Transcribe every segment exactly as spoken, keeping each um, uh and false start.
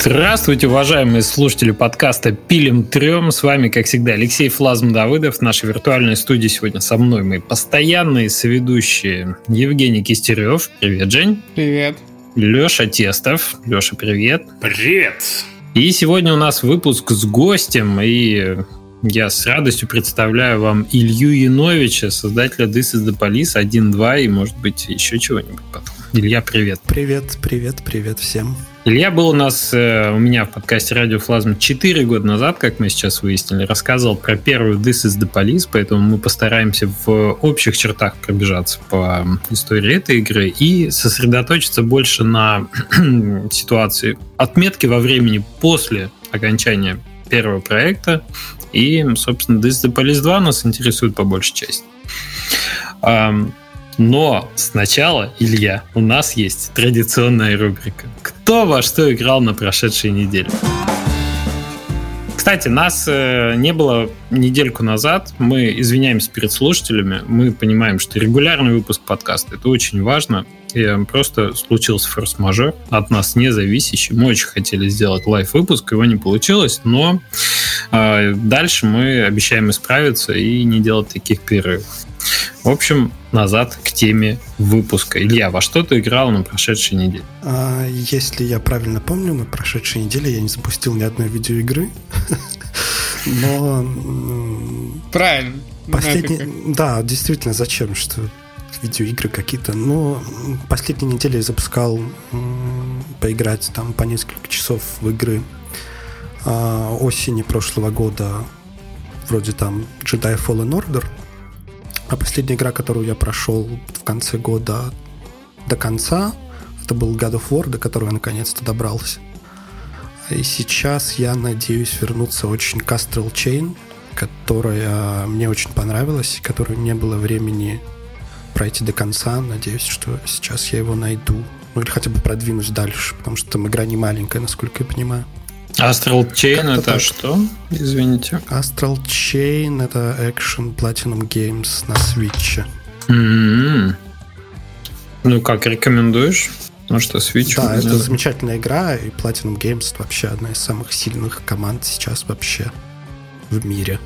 Здравствуйте, уважаемые слушатели подкаста «Пилим трем». С вами, как всегда, Алексей Флазм Давыдов. В нашей виртуальной студии сегодня со мной мои постоянные соведущие Евгений Кистерев. Привет, Жень. Привет. Леша Тестов. Леша, привет. Привет. И сегодня у нас выпуск с гостем, и я с радостью представляю вам Илью Яновича, создателя This is the Police один, два и, может быть, еще чего-нибудь потом. Илья, привет. Привет, привет, привет всем. Илья был у нас, э, у меня в подкасте «Радио Флазм» четыре года назад, как мы сейчас выяснили, рассказывал про первую This is the Police, поэтому мы постараемся в общих чертах пробежаться по истории этой игры и сосредоточиться больше на ситуации отметки во времени после окончания первого проекта. И, собственно, This is the Police два нас интересует по большей части. Но сначала, Илья, у нас есть традиционная рубрика «Кто во что играл на прошедшей неделе?». Кстати, нас э, не было недельку назад. Мы извиняемся перед слушателями. Мы понимаем, что регулярный выпуск подкаста – это очень важно. И просто случился форс-мажор, от нас не зависящий. Мы очень хотели сделать лайв-выпуск, его не получилось, но э, дальше мы обещаем исправиться и не делать таких перерывов. В общем, назад к теме выпуска. Илья, во что ты играл на прошедшей неделе? А, если я правильно помню, на прошедшей неделе я не запустил ни одной видеоигры. Но... Правильно. Последний... Да, действительно, зачем, что видеоигры какие-то. Но последней неделе я запускал поиграть там по несколько часов в игры осени прошлого года. Вроде там Jedi Fallen Order. А последняя игра, которую я прошел в конце года до конца, это был God of War, до которого я наконец-то добрался. И сейчас я надеюсь вернуться очень к Astral Chain, которая мне очень понравилась, которой не было времени пройти до конца. Надеюсь, что сейчас я его найду. Ну или хотя бы продвинусь дальше, потому что там игра не маленькая, насколько я понимаю. Astral Chain Как-то это так. что? Извините. Astral Chain это Action Platinum Games на Switch. Mm-hmm. Ну как, рекомендуешь? Ну что, Switch? Да, это да. замечательная игра, и Platinum Games это вообще одна из самых сильных команд сейчас вообще в мире.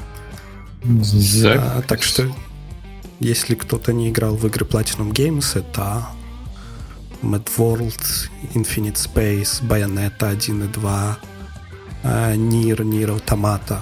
За... А, так что, если кто-то не играл в игры Platinum Games, это Mad World, Infinite Space, Bayonetta один и два, Nier, Nier Automata.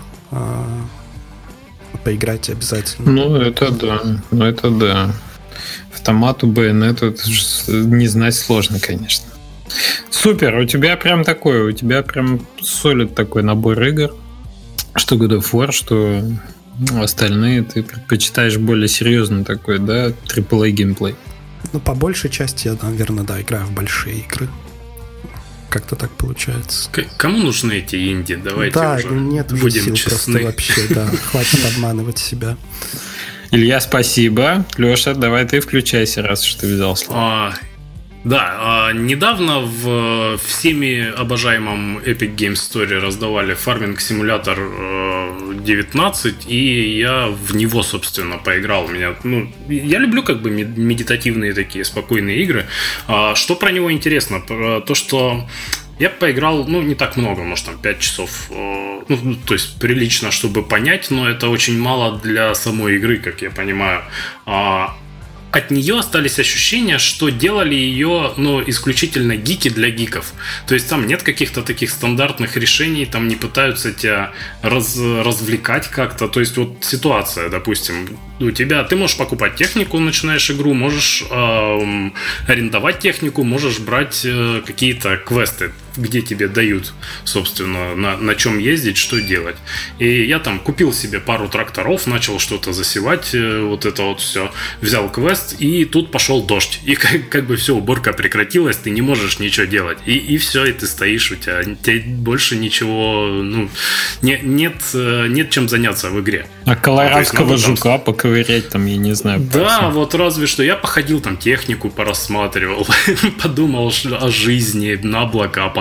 Поиграйте обязательно. Ну, это да. Ну, это да. Автомату, Байонету, это же не знать сложно, конечно. Супер, у тебя прям такой, у тебя прям солид такой набор игр. Что God of War, что остальные ты предпочитаешь более серьезно такой, да, трипл эй геймплей. Ну, по большей части я, наверное, да, играю в большие игры. Как-то так получается. К- кому нужны эти инди? Давайте да, уже нет уже будем сил честны. просто вообще, да. Хватит обманывать себя. Илья, спасибо. Леша, давай ты включайся, раз уж ты взял слово. А, да, а, недавно в всеми обожаемом Epic Games Store раздавали Farming Simulator э, девятнадцать, и я в него, собственно, поиграл. Меня, ну, я люблю как бы медитативные такие спокойные игры. А, что про него интересно? Про то, что я поиграл, ну, не так много, может, там, пять часов. Э, ну, то есть, прилично, чтобы понять, но это очень мало для самой игры, как я понимаю. А, от нее остались ощущения, что делали ее, ну, исключительно гики для гиков. То есть там нет каких-то таких стандартных решений, там не пытаются тебя раз, развлекать как-то. То есть вот ситуация, допустим, у тебя, ты можешь покупать технику, начинаешь игру, можешь эм, арендовать технику, можешь брать э, какие-то квесты, где тебе дают, собственно, на, на чем ездить, что делать. И я там купил себе пару тракторов, начал что-то засевать, э, вот это вот все, взял квест, и тут пошел дождь. И как, как бы все, уборка прекратилась, ты не можешь ничего делать. И, и все, и ты стоишь, у тебя, тебе больше ничего, ну, не, нет, нет чем заняться в игре. А колорадского ну, есть, ну, жука поковырять там, я не знаю. Да, просто. вот разве что. Я походил там технику, порассматривал, подумал о жизни, на облака,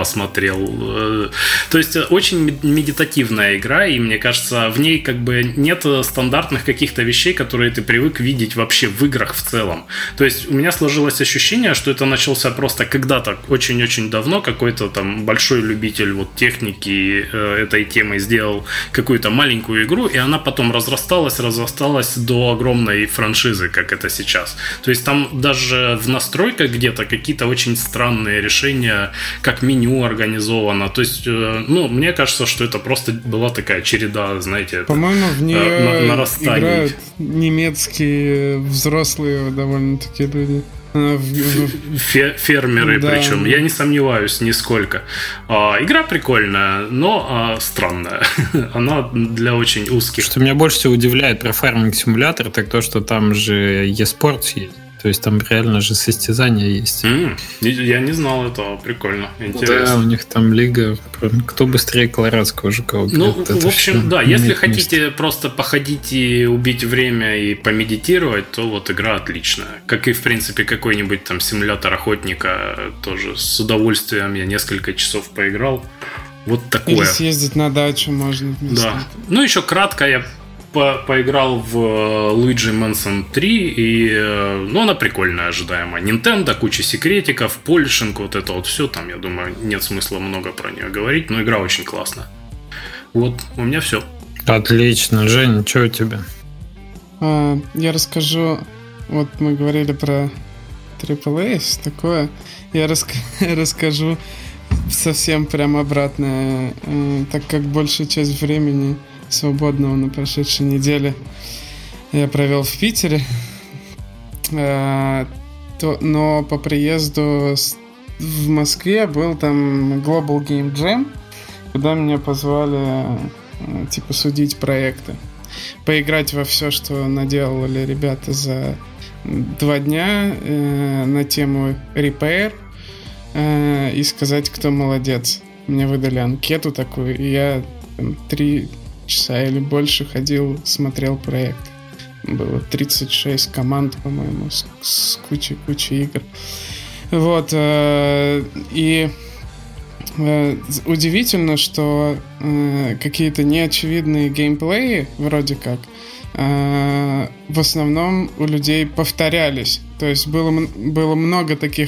посмотрел. То есть очень медитативная игра, и мне кажется, в ней как бы нет стандартных каких-то вещей, которые ты привык видеть вообще в играх в целом. То есть у меня сложилось ощущение, что это начался просто когда-то очень-очень давно, какой-то там большой любитель вот техники э, этой темы сделал какую-то маленькую игру, и она потом разрасталась, разрасталась до огромной франшизы, как это сейчас. То есть там даже в настройках где-то какие-то очень странные решения, как меню организовано. То есть, э, ну, мне кажется, что это просто была такая череда, знаете, по-моему, в нее э, на, играют немецкие взрослые довольно-таки люди. Фермеры, да. Причем, я не сомневаюсь нисколько. а, Игра прикольная, но а, странная. Она для очень узких. Что меня больше всего удивляет про Farming Simulator, так то, что там же eSports есть. То есть там реально же состязания есть. Mm, я не знал этого, прикольно, интересно. Да, у них там лига, кто быстрее колорадского жука убьет. Ну, в общем, да, если хотите места. Просто походить и убить время и помедитировать, то вот игра отличная. Как и, в принципе, какой-нибудь там симулятор охотника, тоже с удовольствием я несколько часов поиграл. Вот такое. Или съездить на дачу можно. Да. Ну, еще кратко я По- поиграл в Luigi Mansion три, и, ну, она прикольная, ожидаемая. Nintendo, куча секретиков, полишинг, вот это вот все. Там, я думаю, нет смысла много про нее говорить, но игра очень классная. Вот, у меня все. Отлично. Жень, что у тебя? А, я расскажу. Вот мы говорили про трипл эй, такое. Я рас- расскажу совсем прям обратное, так как большую часть времени свободного на прошедшей неделе я провел в Питере, а, то, но по приезду в Москве был там Global Game Jam, куда меня позвали типа судить проекты, поиграть во все, что наделали ребята за два дня э, на тему Repair, э, и сказать, кто молодец. Мне выдали анкету такую, и я там, три часа или больше ходил, смотрел проект. Было тридцать шесть команд, по-моему, с, с кучей-кучей игр. Вот. Э, и э, удивительно, что э, какие-то неочевидные геймплеи, вроде как, э, в основном у людей повторялись. То есть было, было много таких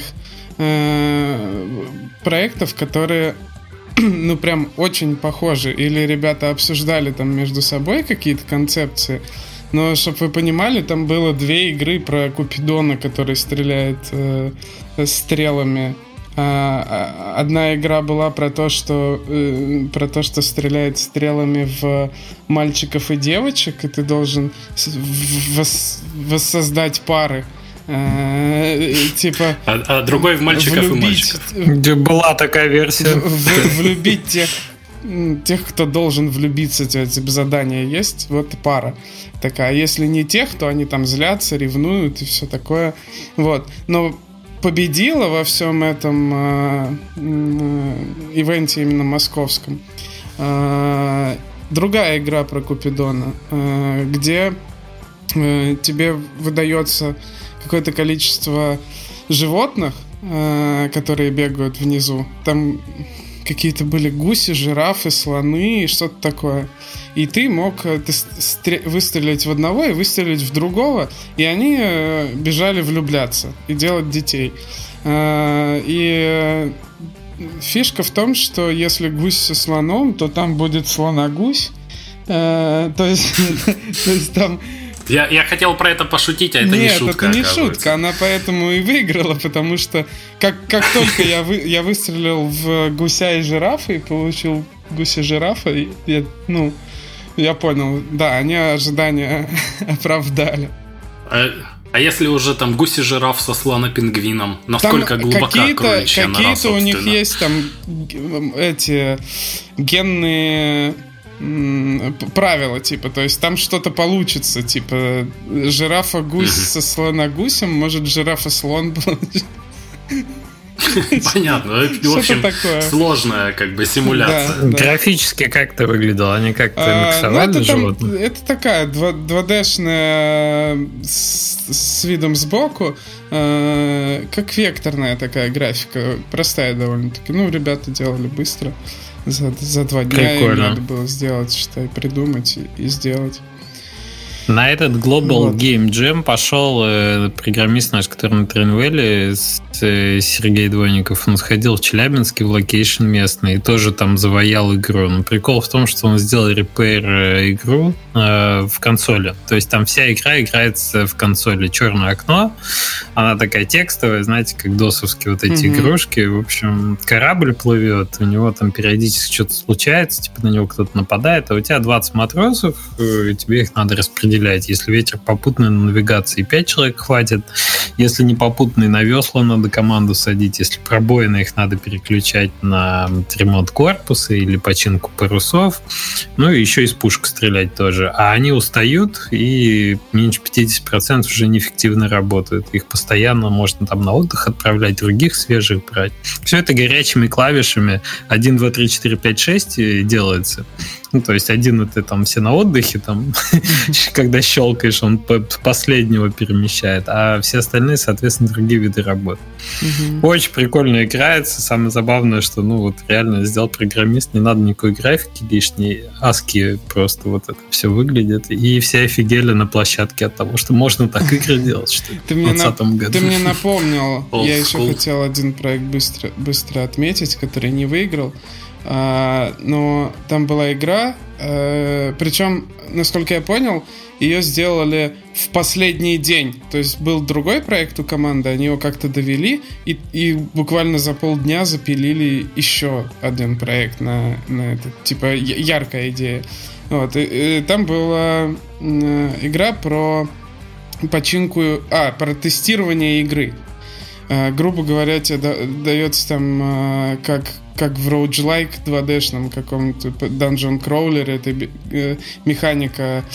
э, проектов, которые ну, прям очень похожи. Или ребята обсуждали там между собой какие-то концепции. Но, чтобы вы понимали, там было две игры про Купидона, который стреляет э, стрелами. А, одна игра была про то, что э, про то, что стреляет стрелами в мальчиков и девочек, и ты должен вос, воссоздать пары. А, типа а, а другой в мальчиков влюбить, и мальчиков. Где была такая версия. В, в, влюбить тех, тех, кто должен влюбиться, типа, задание есть, вот пара такая. Если не тех, то они там злятся, ревнуют и все такое. Вот. Но победила во всем этом э, э, ивенте именно московском э, другая игра про Купидона, э, где э, тебе выдается какое-то количество животных, э, которые бегают внизу. Там какие-то были гуси, жирафы, слоны и что-то такое. И ты мог ты стр- выстрелить в одного и выстрелить в другого, и они э, бежали влюбляться и делать детей. Э, и фишка в том, что если гусь со слоном, то там будет слоногусь. Э, то есть, то есть там... Я, я хотел про это пошутить, а это Нет, не шутка. Нет, это не шутка, она поэтому и выиграла, потому что как, как только я, вы, я выстрелил в гуся и жирафа и получил гуся-жирафа, я, ну, я понял, да, они ожидания оправдали. А, а если уже там гусь и жираф со слонопингвином? Насколько там глубока кроличья нора, какие-то у них есть там эти генные... правила, типа, то есть там что-то получится, типа, жирафа-гусь uh-huh. со слоногусем, может, жирафа-слон получится. Понятно. В общем, сложная как бы симуляция. Графически как это выглядело? Они как-то миксовали животных? Это такая два дэ-шная с видом сбоку, как векторная такая графика. Простая довольно-таки. Ну, ребята делали быстро. За, за два дня им надо было сделать, считай, придумать и, и сделать. На этот Global вот. Game Jam пошел э, программист наш, который на Тринвелле, э, Сергей Двойников. Он сходил в Челябинске в локейшн местный и тоже там завоял игру. Но прикол в том, что он сделал репейр э, игру э, в консоли. То есть там вся игра играется в консоли. Черное окно, она такая текстовая, знаете, как досовские вот эти mm-hmm. игрушки. В общем, корабль плывет, у него там периодически что-то случается, типа на него кто-то нападает, а у тебя двадцать матросов, э, и тебе их надо распределить. Если ветер попутный, на навигации пять человек хватит. Если не попутный, на весла надо команду садить. Если пробоины, их надо переключать на ремонт корпуса или починку парусов. Ну и еще из пушек стрелять тоже. А они устают и меньше пятьдесят процентов уже неэффективно работают. Их постоянно можно там на отдых отправлять, других свежих брать. Все это горячими клавишами один, два, три, четыре, пять, шесть делается. Ну, то есть один это там все на отдыхе, там, когда щелкаешь, он последнего перемещает, а все остальные, соответственно, другие виды работ. Угу. Очень прикольно играется. Самое забавное, что, ну, вот реально сделал программист, не надо никакой графики лишней, аски просто вот это все выглядит, и все офигели на площадке от того, что можно так игры делать, что ты в двадцатом году. Ты мне напомнил, я еще хотел один проект быстро, быстро отметить, который не выиграл. А, но там была игра, а, причем, насколько я понял, ее сделали в последний день. То есть был другой проект у команды, они его как-то довели и, и буквально за полдня запилили еще один проект на, на это. Типа яркая идея. Вот, и, и там была игра про починку, а, про тестирование игры. А, грубо говоря, тебе да, дается там а, как как в роуджлайк два дэ-шном каком-то Dungeon Crawler, это э, механика,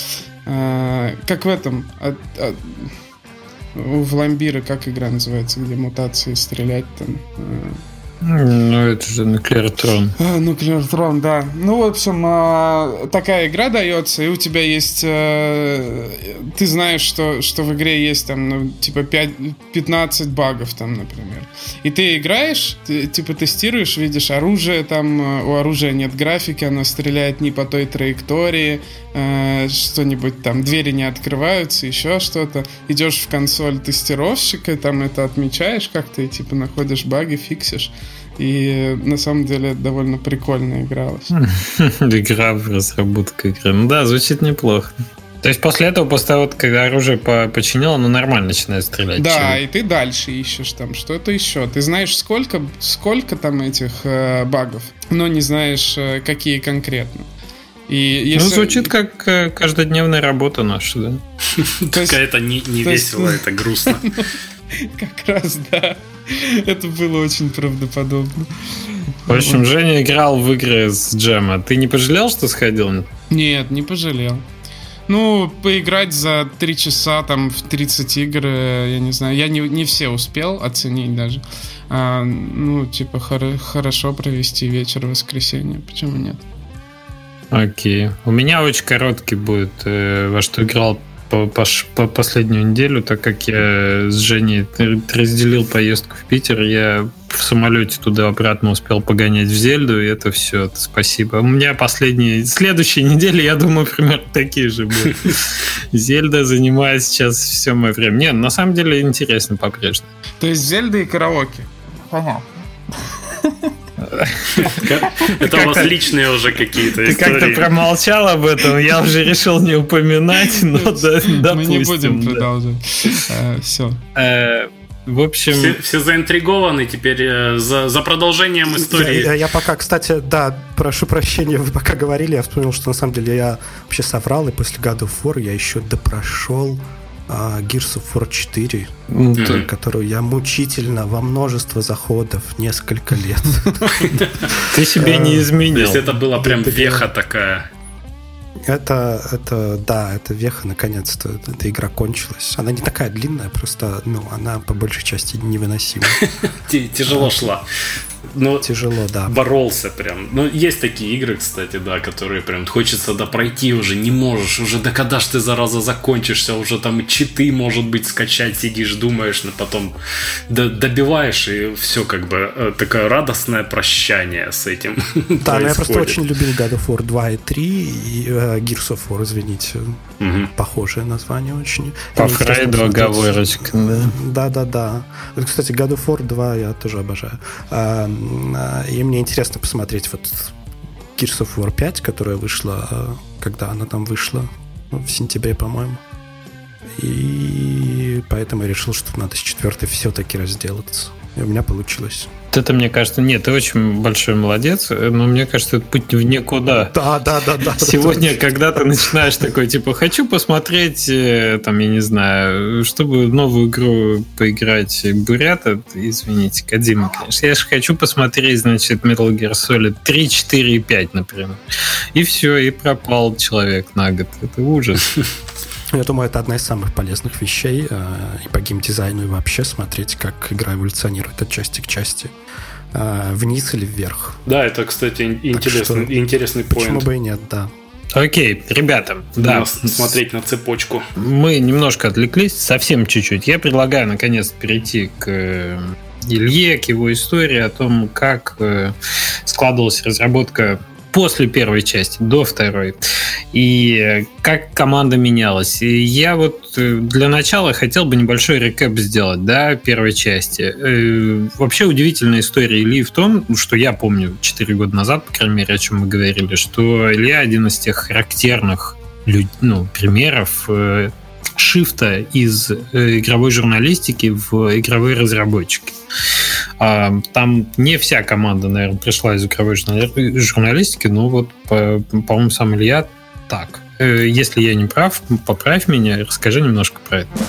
э, как в этом, от, от, в Ламбире, как игра называется, где мутации стрелять там. Э. Ну, это же Nuclear А, Nuclear, да. Ну, в общем, э, такая игра дается, и у тебя есть... Э, ты знаешь, что, что в игре есть там, ну, типа пять, пятнадцать багов там, например. И ты играешь, ты, типа тестируешь, видишь оружие, там у оружия нет графики, оно стреляет не по той траектории, э, что-нибудь там, двери не открываются, еще что-то. Идешь в консоль тестировщика, там это отмечаешь как-то, и типа находишь баги, фиксишь. И на самом деле довольно прикольно игралось. Игра в разработку игры. Ну да, звучит неплохо. То есть после этого, после того, когда оружие починило, оно нормально начинает стрелять. Да, и ты дальше ищешь там что-то еще. Ты знаешь, сколько, сколько там этих э, багов, но не знаешь, э, какие конкретно. И если... Ну, звучит как э, каждодневная работа наша, да? Какая-то не весело, это грустно. Как раз, да. Это было очень правдоподобно. В общем, Женя играл в игры с джема. Ты не пожалел, что сходил? Нет, не пожалел. Ну, поиграть за три часа там в тридцать игр, я не знаю, я не, не все успел оценить даже. А, ну, типа, хор- хорошо провести вечер в воскресенье. Почему нет? Окей. У меня очень короткий будет, во что играл по, по, по последнюю неделю, так как я с Женей разделил поездку в Питер, я в самолете туда-обратно успел погонять в Зельду, и это все, спасибо. У меня последние, следующие недели, я думаю, примерно такие же будут. Зельда занимает сейчас все мое время. Нет, на самом деле интересно по-прежнему. То есть Зельда и караоке? Понятно. Это у вас личные уже какие-то истории. Ты как-то промолчал об этом, я уже решил не упоминать, но допустим. Мы не будем продолжать. Все. В общем... Все, все заинтригованы теперь э, за, за продолжением истории. Я, я пока, кстати, да, прошу прощения, вы пока говорили, я вспомнил, что на самом деле я вообще соврал, и после God of War я еще допрошел uh, Gears of War четыре, mm-hmm. которую я мучительно во множество заходов несколько лет. Ты себе не изменил. То есть это была прям веха такая. Это, это, да, это веха, наконец-то, эта игра кончилась. Она не такая длинная, просто, ну, она по большей части невыносима. Тяжело шла. Но тяжело, да. Боролся прям. Ну, есть такие игры, кстати, да, которые прям хочется допройти уже, не можешь, уже да когда ж ты, зараза, закончишься, уже там читы, может быть, скачать, сидишь, думаешь, но потом добиваешь, и все как бы такое радостное прощание с этим. Да, но я просто очень любил God of War два и три и uh, Gears of War, извините. Угу. Похожее название очень. По Фрейду оговорочка, да. Да-да-да. Кстати, God of War два я тоже обожаю. И мне интересно посмотреть вот Gears of War пять, которая вышла, когда она там вышла, в сентябре, по-моему. И поэтому я решил, что надо с четвертой все-таки разделаться. И у меня получилось. Это, мне кажется, нет, ты очень большой молодец, но мне кажется, это путь в никуда. Да, да, да, да. Сегодня, когда ты начинаешь такой, типа, хочу посмотреть, там, я не знаю, чтобы новую игру поиграть Бурята, извините, Кодзима, конечно, я же хочу посмотреть, значит, Metal Gear Solid три, четыре и пять, например. И все, и пропал человек на год. Это ужас. Я думаю, это одна из самых полезных вещей э, и по геймдизайну, и вообще смотреть, как игра эволюционирует от части к части. Э, вниз или вверх. Да, это, кстати, интересный, что, интересный поинт. Почему бы и нет, да. Окей, ребята, да. Смотреть на цепочку. Мы немножко отвлеклись, совсем чуть-чуть. Я предлагаю, наконец, перейти к Илье, к его истории о том, как складывалась разработка после первой части, до второй, и как команда менялась. И я вот для начала хотел бы небольшой рекэп сделать, да, первой части. Вообще удивительная история Ильи в том, что я помню четыре года назад, по крайней мере, о чем мы говорили, что Илья один из тех характерных ну, примеров шифта из игровой журналистики в игровые разработчики. Там не вся команда, наверное, пришла из игровой журналистики, но вот, по- по-моему, сам Илья так. Если я не прав, поправь меня и расскажи немножко про это.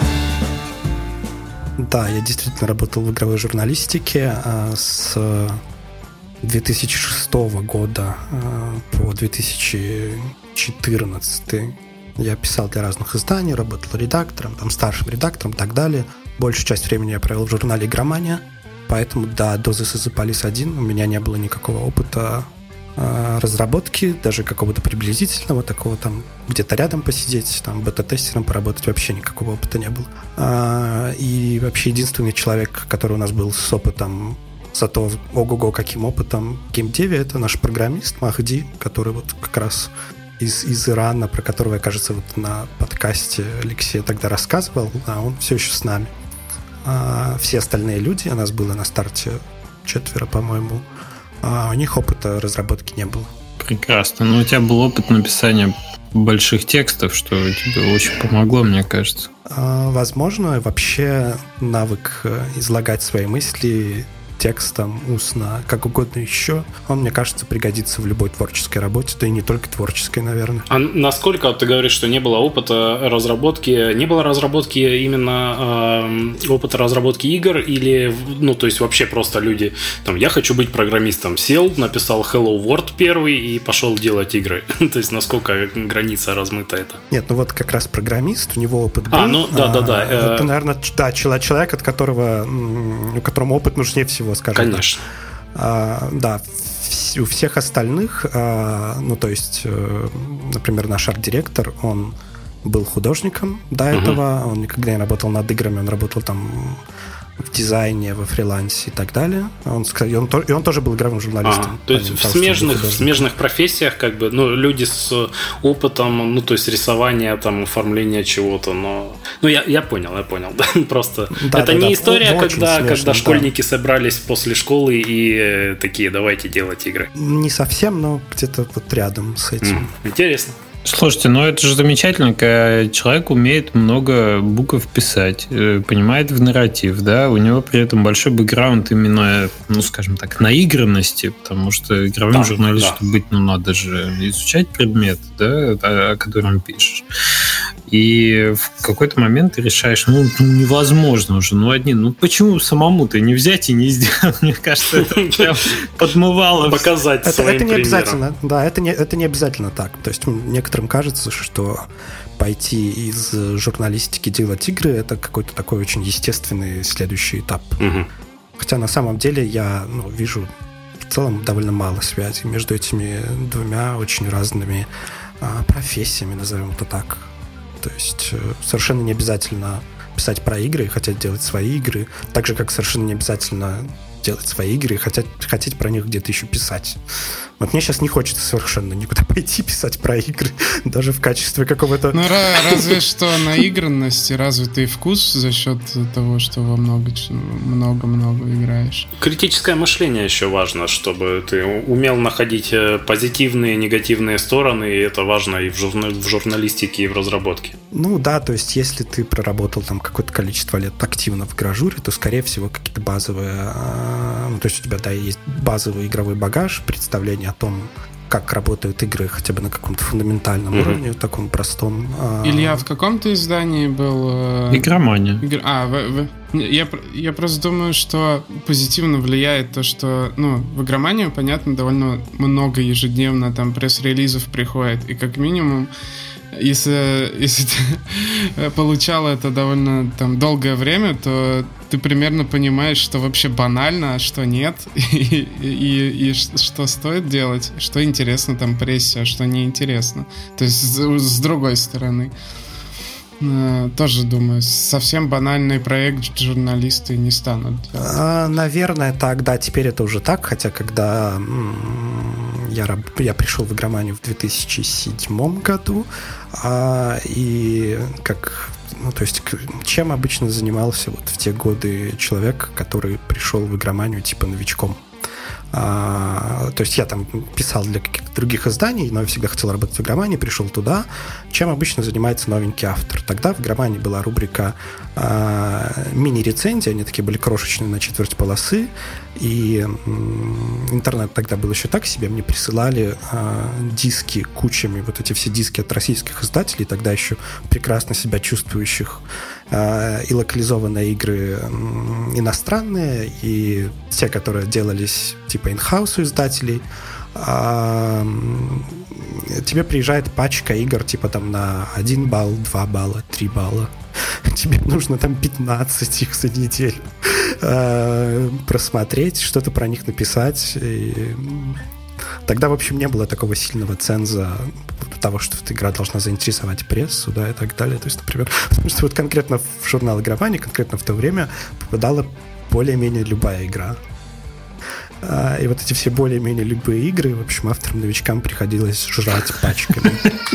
Да, я действительно работал в игровой журналистике с две тысячи шестого года по две тысячи четырнадцатый. Я писал для разных изданий, работал редактором, там, старшим редактором и так далее. Большую часть времени я провел в журнале «Игромания». Поэтому, да, до This is the Police один у меня не было никакого опыта э, разработки, даже какого-то приблизительного, такого там где-то рядом посидеть, там бета-тестером поработать, вообще никакого опыта не было. А, и вообще единственный человек, который у нас был с опытом, зато ого-го каким опытом в геймдеве, это наш программист Махди, который вот как раз из, из Ирана, про которого я, кажется, вот на подкасте Алексей тогда рассказывал, а он все еще с нами. А все остальные люди, у нас было на старте четверо, по-моему, а у них опыта разработки не было. Прекрасно. Ну, у тебя был опыт написания больших текстов, что тебе очень помогло, мне кажется. А, возможно, вообще навык излагать свои мысли текстом, устно, как угодно еще, он, мне кажется, пригодится в любой творческой работе, да и не только творческой, наверное. А насколько ты говоришь, что не было опыта разработки, не было разработки именно э, опыта разработки игр или, ну, то есть вообще просто люди, там, я хочу быть программистом, сел, написал Hello World первый и пошел делать игры. То есть насколько граница размыта это? Нет, ну вот как раз программист, у него опыт был. А, ну, да-да-да. Это, наверное, да, человек, от которого, которому опыт нужнее всего, скажем Конечно. так. А, да, у всех остальных, а, ну, то есть, например, наш арт-директор, он был художником до uh-huh. этого, он никогда не работал над играми, он работал там в дизайне, во фрилансе и так далее. Он, и, он, и он тоже был игровым журналистом. А, то есть в смежных, в смежных профессиях, как бы, ну, люди с опытом, ну, то есть рисования, там, оформления чего-то, но... Ну, я, я понял, я понял. Просто да, это да, не да, история, когда, смешно, когда школьники да. собрались после школы и такие, давайте делать игры. Не совсем, но где-то вот рядом с этим. Mm, интересно. Слушайте, ну это же замечательно, когда человек умеет много букв писать, понимает в нарратив, да, у него при этом большой бэкграунд именно, ну, скажем так, наигранности, потому что игровым да, журналистом да. быть, ну, надо же изучать предмет, да, о котором пишешь. И в какой-то момент ты решаешь, ну, ну невозможно уже, ну одни, ну почему самому-то не взять и не сделать? Мне кажется, это прям подмывало показать это, своим это не примером. Обязательно, да, это не, это не обязательно так. То есть некоторым кажется, что пойти из журналистики делать игры — это какой-то такой очень естественный следующий этап. Угу. Хотя на самом деле я ну, вижу в целом довольно мало связи между этими двумя очень разными а, профессиями, назовем это так. То есть совершенно не обязательно писать про игры и хотеть делать свои игры, так же, как совершенно не обязательно делать свои игры и хотеть, хотеть про них где-то еще писать. Вот мне сейчас не хочется совершенно никуда пойти писать про игры, даже в качестве какого-то... Ну, разве что наигранность и развитый вкус за счет того, что во много-много играешь. Критическое мышление еще важно, чтобы ты умел находить позитивные и негативные стороны, и это важно и в, журна... в журналистике, и в разработке. Ну да, то есть если ты проработал там какое-то количество лет активно в гражуре, то, скорее всего, какие-то базовые... Ну, то есть у тебя, да, есть базовый игровой багаж, представление о том, как работают игры хотя бы на каком-то фундаментальном mm-hmm. уровне, таком простом. Илья, в каком-то издании был... Игромания. Игр... А, в, в... Я, я просто думаю, что позитивно влияет то, что ну, в игроманию, понятно, довольно много ежедневно там пресс-релизов приходит, и как минимум Если, если ты получал это довольно там, долгое время, то ты примерно понимаешь, что вообще банально, а что нет, и, и, и что стоит делать, что интересно там прессе, а что неинтересно. То есть с, с другой стороны. Тоже думаю, совсем банальный проект журналисты не станут делать. А, наверное, так, да, теперь это уже так, хотя когда я, я пришел в игроманию в две тысячи седьмом году, а, и как, ну, то есть, чем обычно занимался вот в те годы человек, который пришел в игроманию типа новичком? А, то есть я там писал для каких-то других изданий, но я всегда хотел работать в игромании, пришел туда. Чем обычно занимается новенький автор? Тогда в игромании была рубрика а, мини-рецензии, они такие были крошечные на четверть полосы, и м, интернет тогда был еще так себе, мне присылали а, диски кучами, вот эти все диски от российских издателей, тогда еще прекрасно себя чувствующих, а, и локализованные игры м, иностранные, и те, которые делались типа in-house у издателей. А, тебе приезжает пачка игр типа там на один балл, два балла, три балла. Тебе нужно там пятнадцать их за неделю а, просмотреть, что-то про них написать. И тогда, в общем, не было такого сильного ценза того, что эта игра должна заинтересовать прессу, да, и так далее. То есть, например, потому что вот конкретно в журнал игромания, конкретно в то время попадала более-менее любая игра. И вот эти все более-менее любые игры, в общем, авторам-новичкам приходилось жрать пачками.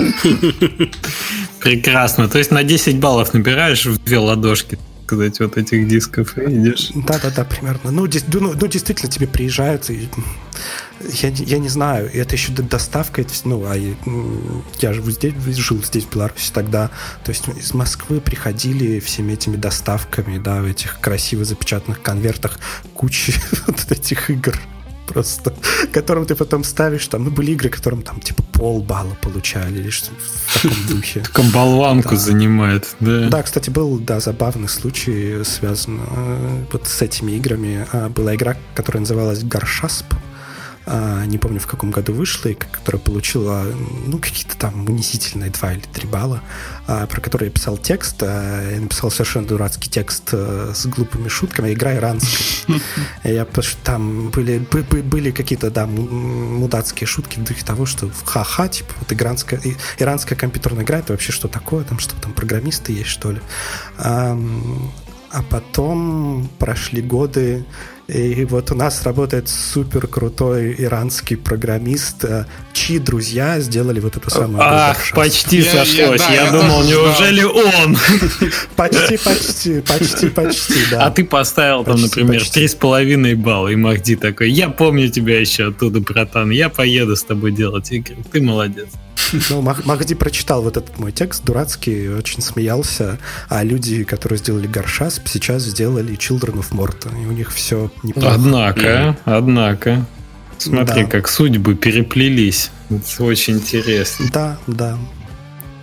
Прекрасно. То есть на десять баллов набираешь в две ладошки, сказать, вот этих дисков и идешь. Да-да-да, примерно. Ну, ну, ну действительно, тебе приезжают, и я, я не знаю, это еще доставка, ну, а я живу здесь, жил здесь, в Беларуси тогда, то есть из Москвы приходили всеми этими доставками, да, в этих красиво запечатанных конвертах кучи вот этих игр просто, которым ты потом ставишь, там, ну, были игры, которым там, типа, полбалла получали, или что в таком духе. Таком болванку занимает, да. Да, кстати, был, да, забавный случай, связан вот с этими играми. Была игра, которая называлась Гаршасп, не помню, в каком году вышла, и которая получила, ну, какие-то там унизительные два или три балла, про которые я писал текст. Я написал совершенно дурацкий текст с глупыми шутками. Игра иранская. Я, потому что там были, были какие-то, да, мудацкие шутки в духе того, что ха-ха, типа, вот иранская, иранская компьютерная игра, это вообще что такое? Там что, там программисты есть, что ли? А, а потом прошли годы, и вот у нас работает супер крутой иранский программист, чьи друзья сделали вот эту самую... Ах, почти я, сошлось. Я, я, я, я думал, неужели он? Почти, почти, почти, почти, да. А ты поставил там, например, три с половиной балла, и Махди такой: я помню тебя еще оттуда, братан, я поеду с тобой делать игры. Ты молодец. Ну, Махди прочитал вот этот мой текст дурацкий, очень смеялся, а люди, которые сделали Гаршасп, сейчас сделали Children of Morta, и у них все неплохо. Однако, mm. однако, смотри, да. Как судьбы переплелись. Это очень интересно. Да, да.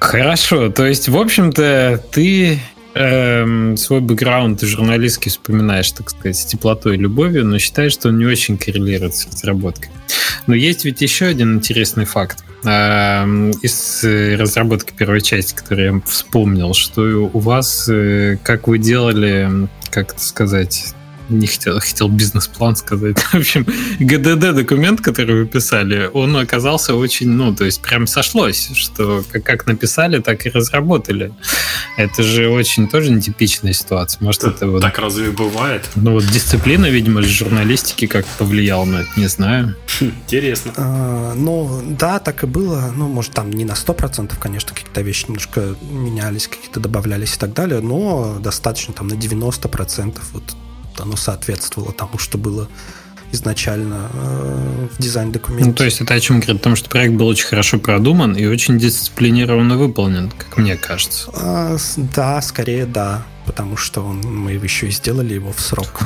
Хорошо, то есть, в общем-то, ты эм, свой бэкграунд журналистский вспоминаешь, так сказать, с теплотой и любовью, но считаешь, что он не очень коррелирует с разработкой. Но есть ведь еще один интересный факт. Эм, из разработки первой части, которую я вспомнил, что у вас, э, как вы делали, как это сказать... Не хотел, хотел бизнес-план сказать. В общем, ГДД-документ, который вы писали, он оказался очень, ну, то есть прям сошлось, что как, как написали, так и разработали. Это же очень тоже нетипичная ситуация. Может, это, это вот... Так разве бывает? Ну, вот дисциплина, видимо, журналистики как повлияла на это, не знаю. Интересно. А, ну, да, так и было. Ну, может, там не на сто процентов, конечно, какие-то вещи немножко менялись, какие-то добавлялись и так далее, но достаточно там на девяносто процентов вот оно соответствовало тому, что было изначально э, в дизайн-документе. Ну, то есть это о чем говорит? О том, что проект был очень хорошо продуман и очень дисциплинированно выполнен, как мне кажется. А, да, скорее да, потому что он, мы еще и сделали его в срок.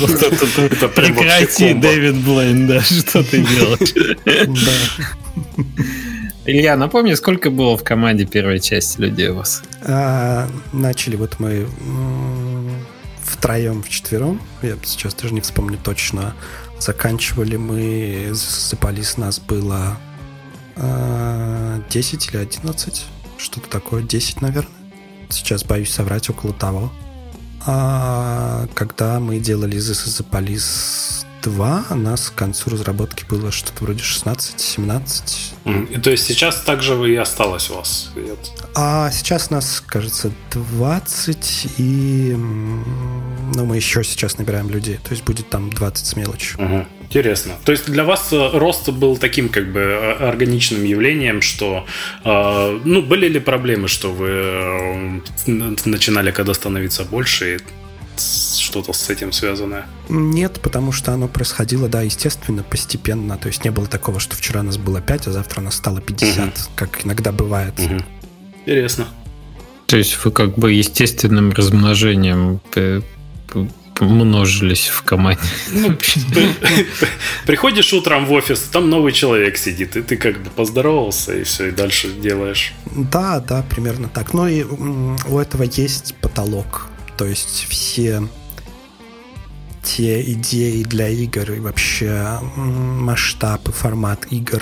Прекрати, Дэвид Блейн, да, что ты делаешь? Илья, напомни, сколько было в команде первой части людей у вас? Начали вот мы... втроем, вчетвером, я сейчас даже не вспомню точно, заканчивали мы, засыпались, нас было э, десять или одиннадцать, что-то такое, десять, наверное. Сейчас боюсь соврать, около того. А когда мы делали The Police два, у нас к концу разработки было что-то вроде шестнадцать-семнадцать. Mm. И то есть сейчас также и осталось у вас? А сейчас нас, кажется, двадцать, и ну, мы еще сейчас набираем людей. То есть будет там двадцать с мелочью. Угу. Интересно. То есть для вас рост был таким как бы органичным явлением, что э, ну, были ли проблемы, что вы начинали, когда становиться больше, и что-то с этим связанное? Нет, потому что оно происходило, да, естественно, постепенно. То есть не было такого, что вчера нас было пять, а завтра нас стало пятьдесят, угу. как иногда бывает. Угу. Интересно. То есть вы как бы естественным размножением множились в команде. Ну, приходишь утром в офис, там новый человек сидит, и ты как бы поздоровался, и все, и дальше делаешь. Да, да, примерно так. Но и у этого есть потолок. То есть все те идеи для игр и вообще масштаб и формат игр,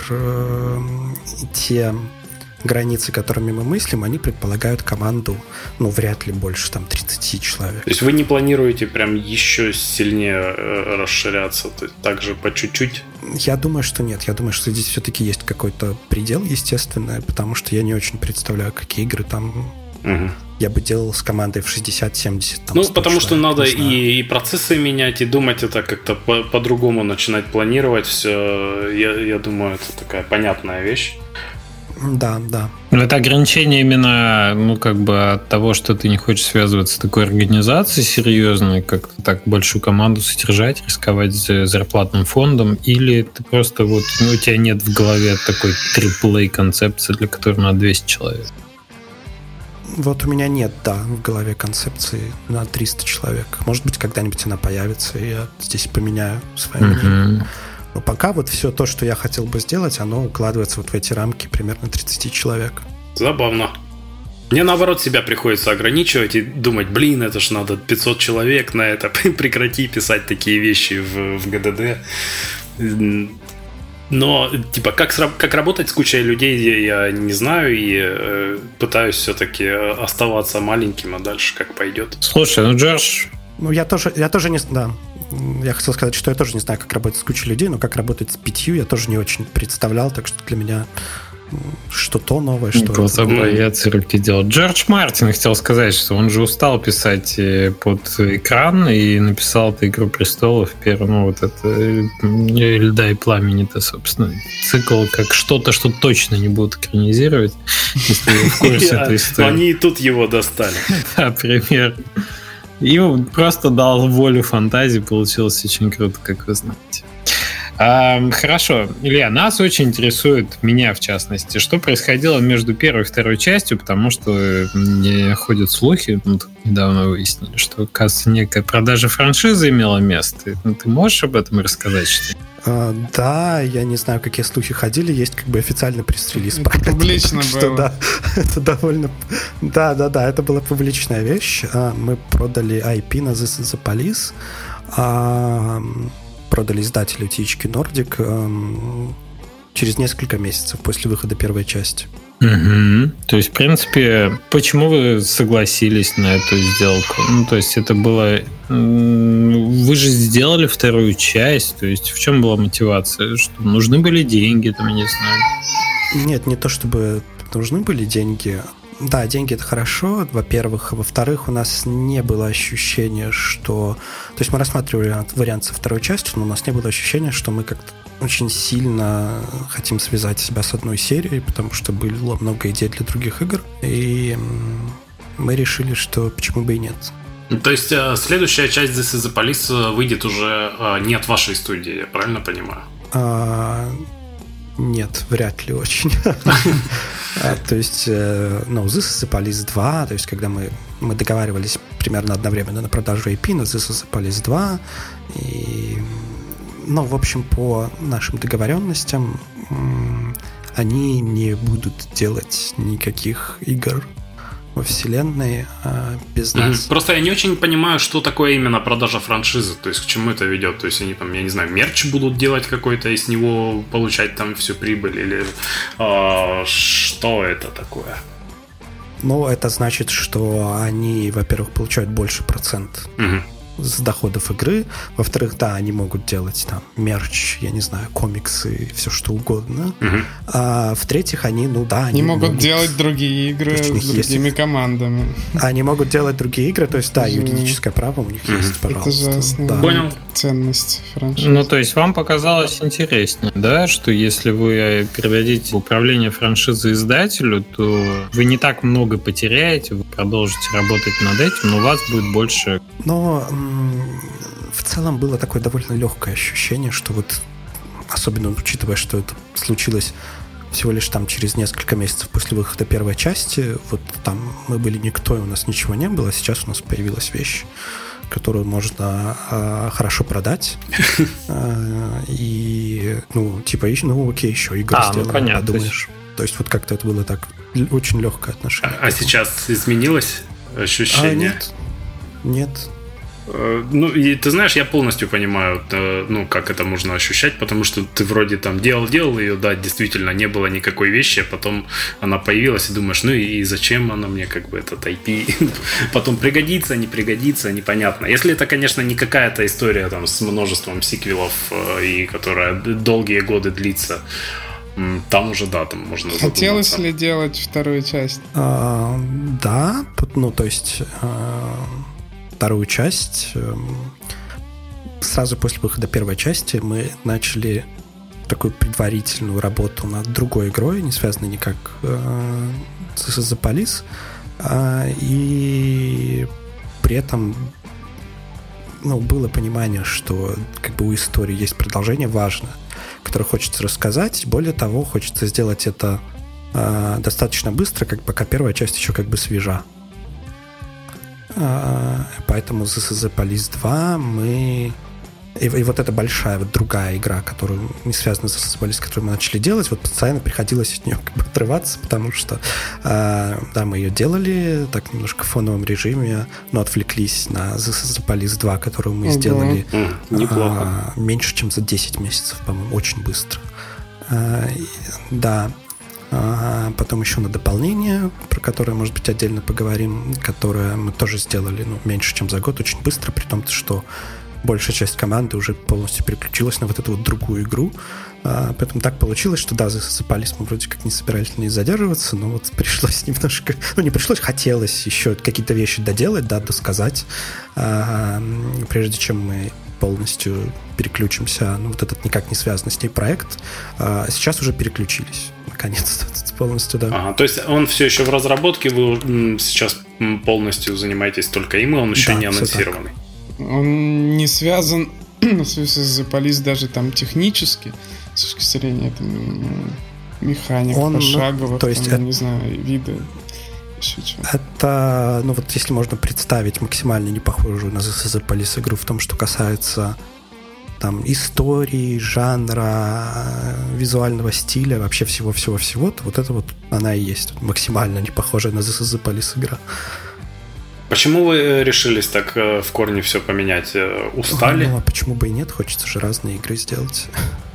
и те границы, которыми мы мыслим, они предполагают команду, ну, вряд ли больше там тридцать человек. То есть вы не планируете прям еще сильнее расширяться, то есть так же по чуть-чуть? Я думаю, что нет. Я думаю, что здесь все-таки есть какой-то предел, естественно, потому что я не очень представляю, какие игры там угу. я бы делал с командой в шестьдесят-семьдесят. Ну, потому человек, что надо и, и процессы менять, и думать это как-то по- по-другому начинать планировать все. Я, я думаю, это такая понятная вещь. Да, да. Но это ограничение именно, ну, как бы от того, что ты не хочешь связываться с такой организацией серьезной, как-то так большую команду содержать, рисковать зарплатным фондом, или ты просто вот, ну, у тебя нет в голове такой трипл-эй концепции, для которой надо двести человек? Вот у меня нет, да, в голове концепции на триста человек. Может быть, когда-нибудь она появится, и я здесь поменяю свое uh-huh. мнение. Но пока вот все то, что я хотел бы сделать, оно укладывается вот в эти рамки примерно тридцать человек. Забавно. Мне, наоборот, себя приходится ограничивать и думать, блин, это ж надо пятьсот человек на это, прекрати писать такие вещи в, в ГДД. Но, типа, как, как работать с кучей людей, я не знаю, и э, пытаюсь все-таки оставаться маленьким, а дальше как пойдет. Слушай, ну, Джордж... Ну, я тоже, я тоже не... Да. Я хотел сказать, что я тоже не знаю, как работать с кучей людей, но как работать с пятью я тоже не очень представлял, так что для меня что-то новое, что... Глаза боятся, руки делать. Джордж Мартин хотел сказать, что он же устал писать под экран и написал эту «Игру престолов», первую, ну, вот это «Льда и пламени»-то, собственно, цикл как что-то, что точно не будут экранизировать, если вы в курсе этой истории. Они и тут его достали. Да, пример. И он просто дал волю фантазии, получилось очень круто, как вы знаете. А, хорошо, Илья, нас очень интересует, меня в частности, что происходило между первой и второй частью, потому что мне ходят слухи, ну, недавно выяснили, что, оказывается, некая продажа франшизы имела место. Ну, ты можешь об этом рассказать что-то? Uh, да, я не знаю, какие слухи ходили, есть как бы официальный пресс-релиз. Это публично было. Что, да, это довольно... Да, да, да, это была публичная вещь. Uh, мы продали ай пи на This is the Police, uh, продали издателю ти эйч кью Nordic uh, через несколько месяцев после выхода первой части. Угу. То есть, в принципе, почему вы согласились на эту сделку? Ну, то есть, это было... Вы же сделали вторую часть, то есть, в чем была мотивация? Что нужны были деньги, там, я не знаю. Нет, не то чтобы нужны были деньги. Да, деньги — это хорошо, во-первых. Во-вторых, у нас не было ощущения, что... То есть, мы рассматривали вариант со второй частью, но у нас не было ощущения, что мы как-то очень сильно хотим связать себя с одной серией, потому что было много идей для других игр, и мы решили, что почему бы и нет. То есть следующая часть This is the Police выйдет уже не от вашей студии, я правильно понимаю? А, нет, вряд ли очень. То есть, ну, This is the Police два, то есть, когда мы, мы договаривались примерно одновременно на продажу ай пи на This is the Police два, и... Ну, в общем, по нашим договоренностям они не будут делать никаких игр во вселенной а, без нас. Просто я не очень понимаю, что такое именно продажа франшизы, то есть к чему это ведет. То есть они там, я не знаю, мерч будут делать какой-то и с него получать там всю прибыль, или а, что это такое? Ну, это значит, что они, во-первых, получают больше процент. Угу. С доходов игры. Во-вторых, да, они могут делать там мерч, я не знаю, комиксы, все что угодно. Uh-huh. А в-третьих, они, ну да, они, они могут, могут делать другие игры с другими есть... командами. Они могут делать другие игры, то есть, да, юридическое право у них uh-huh. есть, пожалуйста. Это же да. Понял. Ценность франшизы. Ну, то есть, вам показалось интереснее, да, что если вы передадите управление франшизой издателю, то вы не так много потеряете, вы продолжите работать над этим, но у вас будет больше... Но в целом было такое довольно легкое ощущение, что вот, особенно учитывая, что это случилось всего лишь там через несколько месяцев после выхода первой части, вот там мы были никто, и у нас ничего не было, сейчас у нас появилась вещь, которую можно а, хорошо продать. а, и, ну, типа, ну, окей, еще игру а, сделаем, ну, понятно, подумаешь. То есть вот как-то это было так, очень легкое отношение. А, а сейчас изменилось ощущение? А, нет, нет. Ну, и ты знаешь, я полностью понимаю, ну, как это можно ощущать, потому что ты вроде там делал-делал ее, да, действительно, не было никакой вещи, а потом она появилась, и думаешь, ну и зачем она мне, как бы, этот ай пи, потом пригодится, не пригодится, непонятно. Если это, конечно, не какая-то история там с множеством сиквелов, и которая долгие годы длится, там уже, да, там можно задуматься. Хотелось ли делать вторую часть? А, да, ну, то есть... А... Вторую часть. Сразу после выхода первой части мы начали такую предварительную работу над другой игрой, не связанной никак с This is the Police. И при этом, ну, было понимание, что как бы у истории есть продолжение важное, которое хочется рассказать. Более того, хочется сделать это достаточно быстро, как пока первая часть еще как бы свежа. Поэтому This is the Police два мы... И, и вот эта большая, вот другая игра, которую не связана с This is the Police, которую мы начали делать, вот постоянно приходилось от нее как бы отрываться, потому что да, мы ее делали так немножко в фоновом режиме, но отвлеклись на This is the Police два, которую мы сделали неплохо. Меньше, чем за десять месяцев, по-моему, очень быстро. Да. А потом еще на дополнение, про которое, может быть, отдельно поговорим, которое мы тоже сделали, ну, меньше, чем за год, очень быстро, при том, что большая часть команды уже полностью переключилась на вот эту вот другую игру. А, поэтому так получилось, что да, засыпались мы вроде как не собирались не задерживаться, но вот пришлось немножко... Ну, не пришлось, хотелось еще какие-то вещи доделать, да, досказать, а, прежде чем мы полностью переключимся, ну, вот этот никак не связанный с ней проект. А сейчас уже переключились, наконец-то, полностью, да. Ага, то есть он все еще в разработке, вы сейчас полностью занимаетесь только им, и он еще да, не анонсированный? Он не связан с The Police даже там технически, с точки зрения там, механик, он, пошаговых, то есть там, это... не знаю, виды. Это, ну вот если можно представить максимально не похожую на The Police игру в том, что касается там истории, жанра, визуального стиля, вообще всего-всего-всего, то вот это вот она и есть. Максимально не похожая на This is the Police игра. Почему вы решились так в корне все поменять? Устали? Ну, а почему бы и нет? Хочется же разные игры сделать.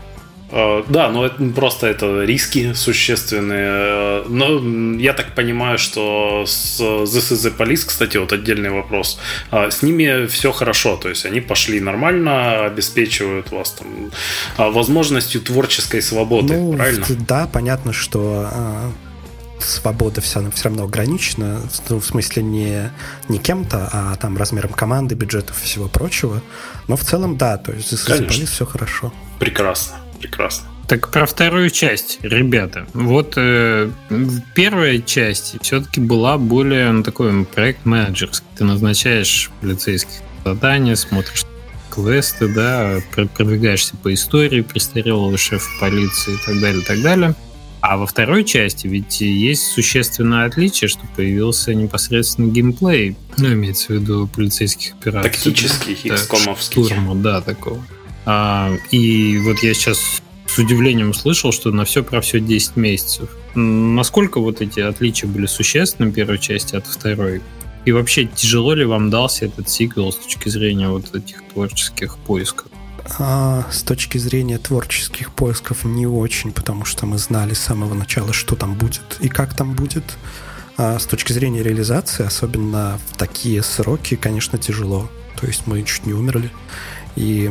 Да, но это просто это риски существенные. Но я так понимаю, что с This is the Police, кстати, вот отдельный вопрос. С ними все хорошо, то есть они пошли нормально, обеспечивают вас там возможностью творческой свободы, ну, правильно? Да, понятно, что свобода все, все равно ограничена, ну, в смысле не, не кем-то, а там размером команды, бюджетов и всего прочего. Но в целом, да, то есть This is the Police все хорошо. Прекрасно. Прекрасно. Так про вторую часть, ребята. Вот э, первая часть все-таки была более ну, такой проект менеджерский. Ты назначаешь полицейские задания, смотришь квесты, да, продвигаешься по истории престарелого шефа полиции и так далее, и так далее. А во второй части ведь есть существенное отличие, что появился непосредственно геймплей. Ну, имеется в виду полицейских операций. Тактический, да, икс-комовский. Штурма, да, такого. А, и вот я сейчас с удивлением услышал, что на все про все десять месяцев. Насколько вот эти отличия были существенны первой части от второй? И вообще, тяжело ли вам дался этот сиквел с точки зрения вот этих творческих поисков? А, с точки зрения творческих поисков не очень, потому что мы знали с самого начала, что там будет и как там будет. А с точки зрения реализации, особенно в такие сроки, конечно, тяжело. То есть мы чуть не умерли. И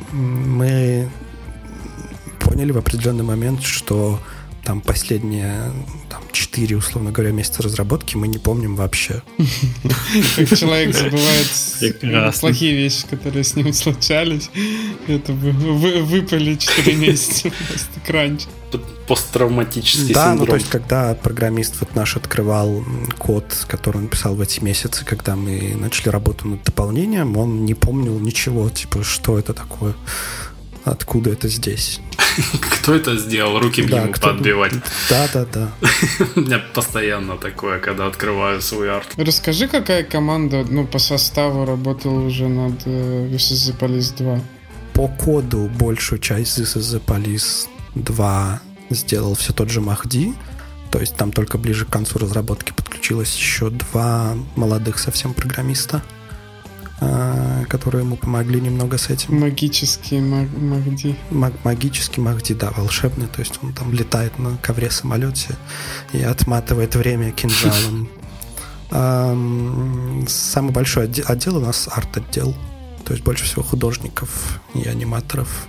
мы поняли в определенный момент, что там последние там, четыре, условно говоря, месяца разработки мы не помним вообще. Как человек забывает плохие вещи, которые с ним случались. Это выпали четыре месяца просто кранч. Посттравматический да, синдром. Ну, то есть, когда программист вот наш открывал код, который он писал в эти месяцы, когда мы начали работу над дополнением, он не помнил ничего, типа, что это такое, откуда это здесь. Кто это сделал? Руки бы ему подбивать. Да, да, да. У меня постоянно такое, когда открываю свой арт. Расскажи, какая команда ну, по составу работала уже над This is the Police два? По коду большую часть This is the Police два сделал все тот же Махди. То есть там только ближе к концу разработки подключилось еще два молодых совсем программиста, которые ему помогли немного с этим. Магический Махди. Маг- магический Махди, да, волшебный. То есть он там летает на ковре-самолете и отматывает время кинжалом. Самый большой отдел у нас арт-отдел. То есть больше всего художников и аниматоров.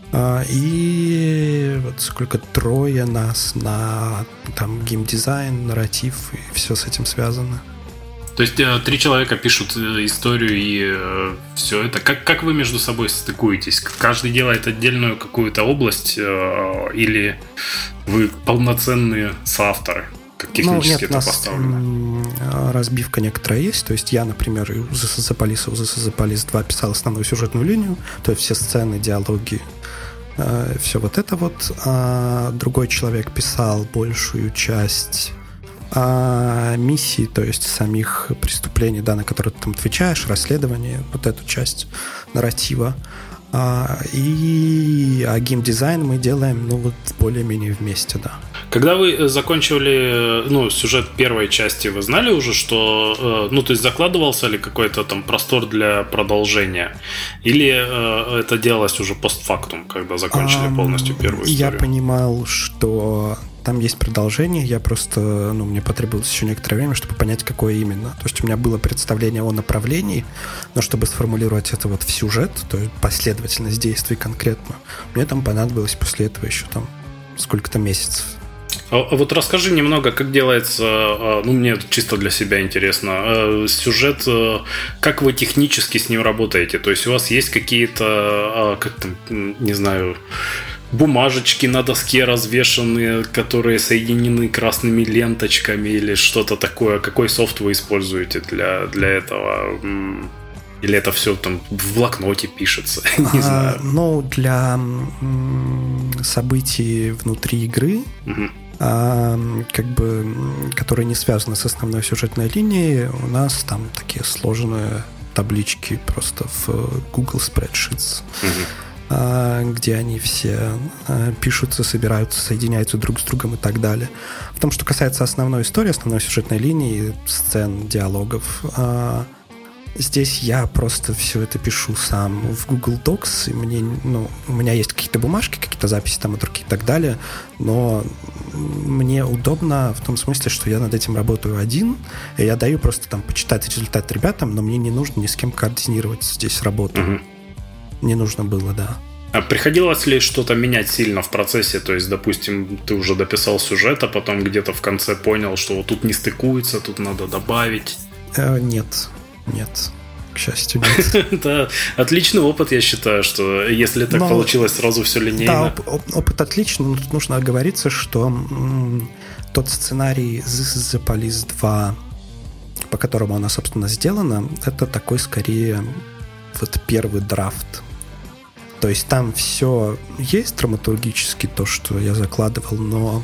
И вот сколько трое нас на там геймдизайн, нарратив и все с этим связано. То есть три человека пишут историю и э, все это. Как, как вы между собой стыкуетесь? Каждый делает отдельную какую-то область э, или вы полноценные соавторы? Как технически ну, нет, это поставлено? Разбивка некоторая есть. То есть я, например, у This is the Police, у This is the Police два писал основную сюжетную линию, то есть все сцены, диалоги, э, все вот это вот. А другой человек писал большую часть а миссии, то есть самих преступлений, да, на которые ты там отвечаешь, расследование, вот эту часть нарратива. А, и а геймдизайн мы делаем, ну, вот более-менее вместе, да. Когда вы закончили, ну, сюжет первой части, вы знали уже, что, ну, то есть закладывался ли какой-то там простор для продолжения? Или э, это делалось уже постфактум, когда закончили um, полностью первую историю? Я понимал, что там есть продолжение, я просто, ну, мне потребовалось еще некоторое время, чтобы понять, какое именно. То есть у меня было представление о направлении, но чтобы сформулировать это вот в сюжет, то есть последовательность действий конкретно, мне там понадобилось после этого еще там сколько-то месяцев. А вот расскажи немного, как делается, ну, мне чисто для себя интересно, сюжет, как вы технически с ним работаете? То есть у вас есть какие-то, как там, не знаю, бумажечки на доске развешанные, которые соединены красными ленточками или что-то такое? Какой софт вы используете для, для этого? Или это все там в блокноте пишется? Не знаю. А, ну, для м- событий внутри игры, угу. а, как бы, которые не связаны с основной сюжетной линией, у нас там такие сложные таблички просто в Google Spreadsheets. Угу. где они все пишутся, собираются, соединяются друг с другом и так далее. В том, что касается основной истории, основной сюжетной линии, сцен, диалогов, здесь я просто все это пишу сам в Google Docs, и мне, ну, у меня есть какие-то бумажки, какие-то записи там от руки и так далее, но мне удобно в том смысле, что я над этим работаю один, и я даю просто там почитать результат ребятам, но мне не нужно ни с кем координировать здесь работу. Угу. Не нужно было, да. А приходилось ли что-то менять сильно в процессе? То есть, допустим, ты уже дописал сюжет, а потом где-то в конце понял, что вот тут не стыкуется, тут надо добавить? Э, нет, нет. К счастью, нет. Это отличный опыт, я считаю, что если так но, получилось сразу все линейно. Да, оп- опыт отличный, но тут нужно оговориться, что м- тот сценарий This is the Police два, по которому она, собственно, сделана, это такой, скорее, вот первый драфт. То есть там все есть драматургически, то, что я закладывал, но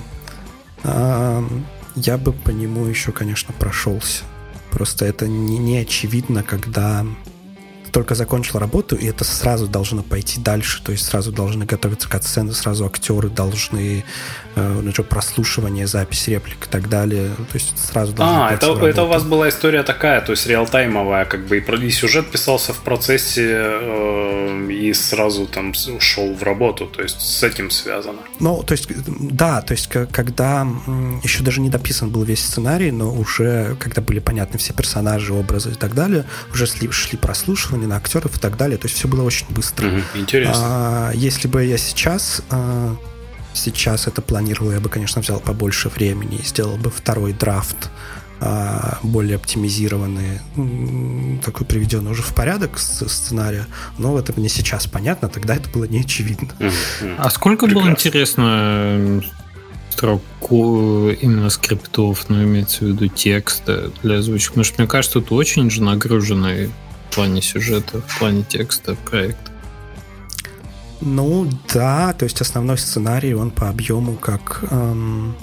э, я бы по нему еще, конечно, прошелся. Просто это не, не очевидно, когда только закончил работу, и это сразу должно пойти дальше. То есть сразу должны готовиться кат-сцены, сразу актеры должны э, ну, что, прослушивание, запись реплик и так далее. То есть сразу должно А, это, это у вас была история такая, то есть реалтаймовая, как бы и, и сюжет писался в процессе э, и сразу там ушел в работу. То есть с этим связано. Ну, то есть, да, то есть когда еще даже не дописан был весь сценарий, но уже, когда были понятны все персонажи, образы и так далее, уже шли, шли прослушивания на актеров и так далее. То есть все было очень быстро. Угу, интересно. А, если бы я сейчас а, сейчас это планировал, я бы, конечно, взял побольше времени и сделал бы второй драфт, а, более оптимизированный, такой приведенный уже в порядок сценария. Но это мне сейчас понятно, тогда это было не очевидно. Угу. А сколько Прекрасно. Было интересно строку именно скриптов, ну, имеется в виду текста для озвучки? Потому что мне кажется, это очень же нагруженный в плане сюжета, в плане текста проект. Ну да, то есть основной сценарий, он по объему как эм,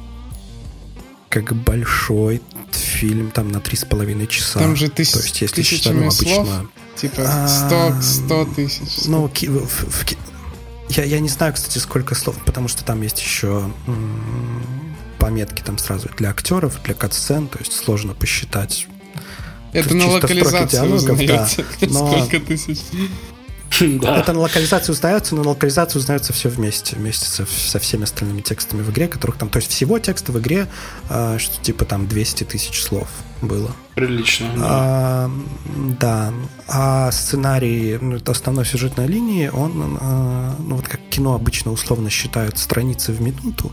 как большой фильм там на три с половиной часа. Там же тысяч, то есть, если тысячами обычно, слов, типа сто, сто тысяч. Ну, в, в, в, я, я не знаю, кстати, сколько слов, потому что там есть еще м, пометки там сразу для актеров, для кат-сцен, то есть сложно посчитать. Это на локализацию узнается, да. Но... сколько тысяч. Да. Это на локализацию узнается, но на локализацию узнается все вместе, вместе со, со всеми остальными текстами в игре, которых там, то есть всего текста в игре, э, что типа там двести тысяч слов было. Прилично. Да. А, да. А сценарий, ну, это основной сюжетной линии, он, э, ну вот как кино обычно условно считают страницы в минуту,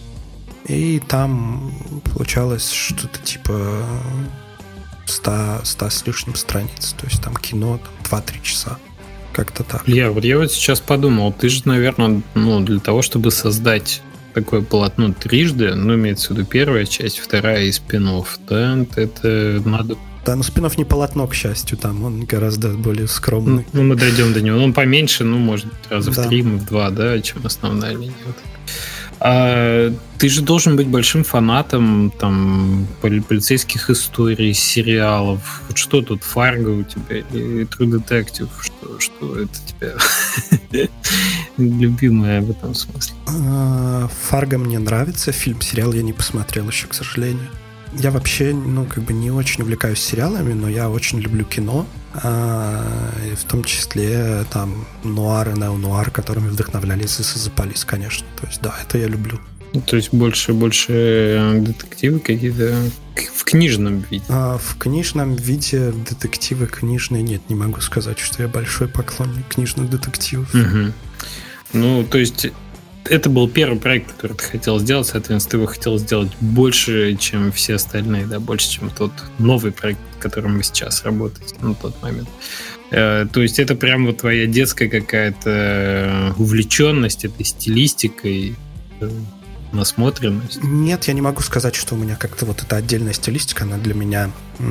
и там получалось что-то типа сто, сто с лишним страниц, то есть там кино там, два-три часа. Как-то так. Илья, вот я вот сейчас подумал, ты же, наверное, ну, для того, чтобы создать такое полотно трижды, ну, имеется в виду первая часть, вторая и спин-офф, да, это надо... Да, но спин-офф не полотно, к счастью, там он гораздо более скромный. Ну, мы дойдем до него. Он поменьше, ну, может, раза да. в три, в два, да, чем основная линия. Вот. А ты же должен быть большим фанатом там полицейских историй, сериалов. Вот что тут, Фарго у тебя или True Detective? Что, что это тебя любимое в этом смысле? Фарго мне нравится. Фильм, сериал я не посмотрел еще, к сожалению. Я вообще, ну, как бы не очень увлекаюсь сериалами, но я очень люблю кино. И в том числе там нуар и неонуар, которыми вдохновлялись This is the Police, конечно. То есть, да, это я люблю. То есть больше, больше детективы какие-то в книжном виде? А, в книжном виде детективы книжные нет, не могу сказать, что я большой поклонник книжных детективов. Угу. Ну, то есть это был первый проект, который ты хотел сделать, соответственно, ты его хотел сделать больше, чем все остальные, да, больше, чем тот новый проект, в котором вы сейчас работаете на тот момент. То есть это прям вот твоя детская какая-то увлеченность этой стилистикой, насмотренность? Нет, я не могу сказать, что у меня как-то вот эта отдельная стилистика, она для меня,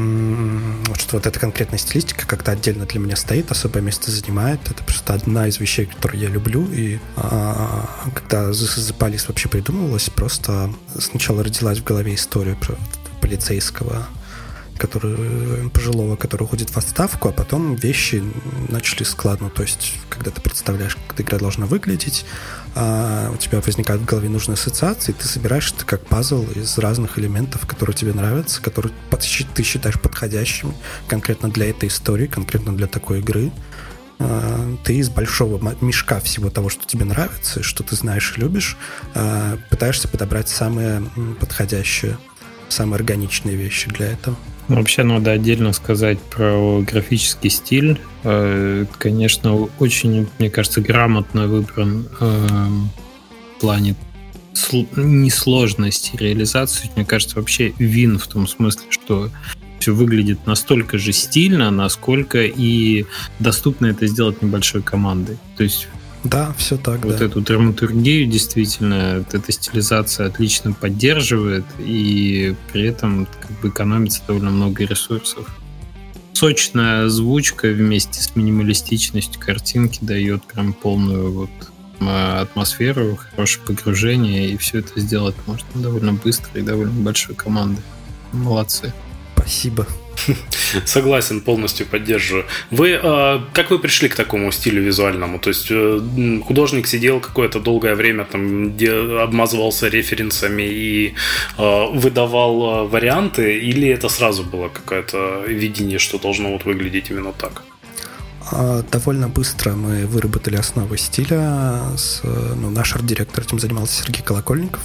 что вот эта конкретная стилистика как-то отдельно для меня стоит, особое место занимает. Это просто одна из вещей, которые я люблю. И а, когда This is the Police вообще придумывалась, просто сначала родилась в голове история про полицейского, который, пожилого, который уходит в отставку, а потом вещи начали складно. То есть, когда ты представляешь, как эта игра должна выглядеть, у тебя возникают в голове нужные ассоциации, ты собираешь это как пазл из разных элементов, которые тебе нравятся, которые ты считаешь подходящими конкретно для этой истории, конкретно для такой игры. Ты из большого мешка всего того, что тебе нравится, что ты знаешь и любишь, пытаешься подобрать самые подходящие, самые органичные вещи для этого. Вообще надо отдельно сказать про графический стиль. Конечно, очень, мне кажется, грамотно выбран в плане несложности реализации. Мне кажется, вообще вин в том смысле, что все выглядит настолько же стильно, насколько и доступно это сделать небольшой командой. То есть да, все так, вот да. эту драматургию действительно эта стилизация отлично поддерживает, и при этом как бы экономится довольно много ресурсов. Сочная озвучка вместе с минималистичностью картинки дает прям полную вот атмосферу, хорошее погружение, и все это сделать можно довольно быстро и довольно большой командой. Молодцы. Спасибо. Согласен, полностью поддерживаю. Вы, э, как вы пришли к такому стилю визуальному? То есть э, художник сидел какое-то долгое время, там, где обмазывался референсами и э, выдавал варианты, или это сразу было какое-то видение, что должно вот выглядеть именно так? Довольно быстро мы выработали основы стиля. С, ну, наш арт-директор этим занимался, Сергей Колокольников.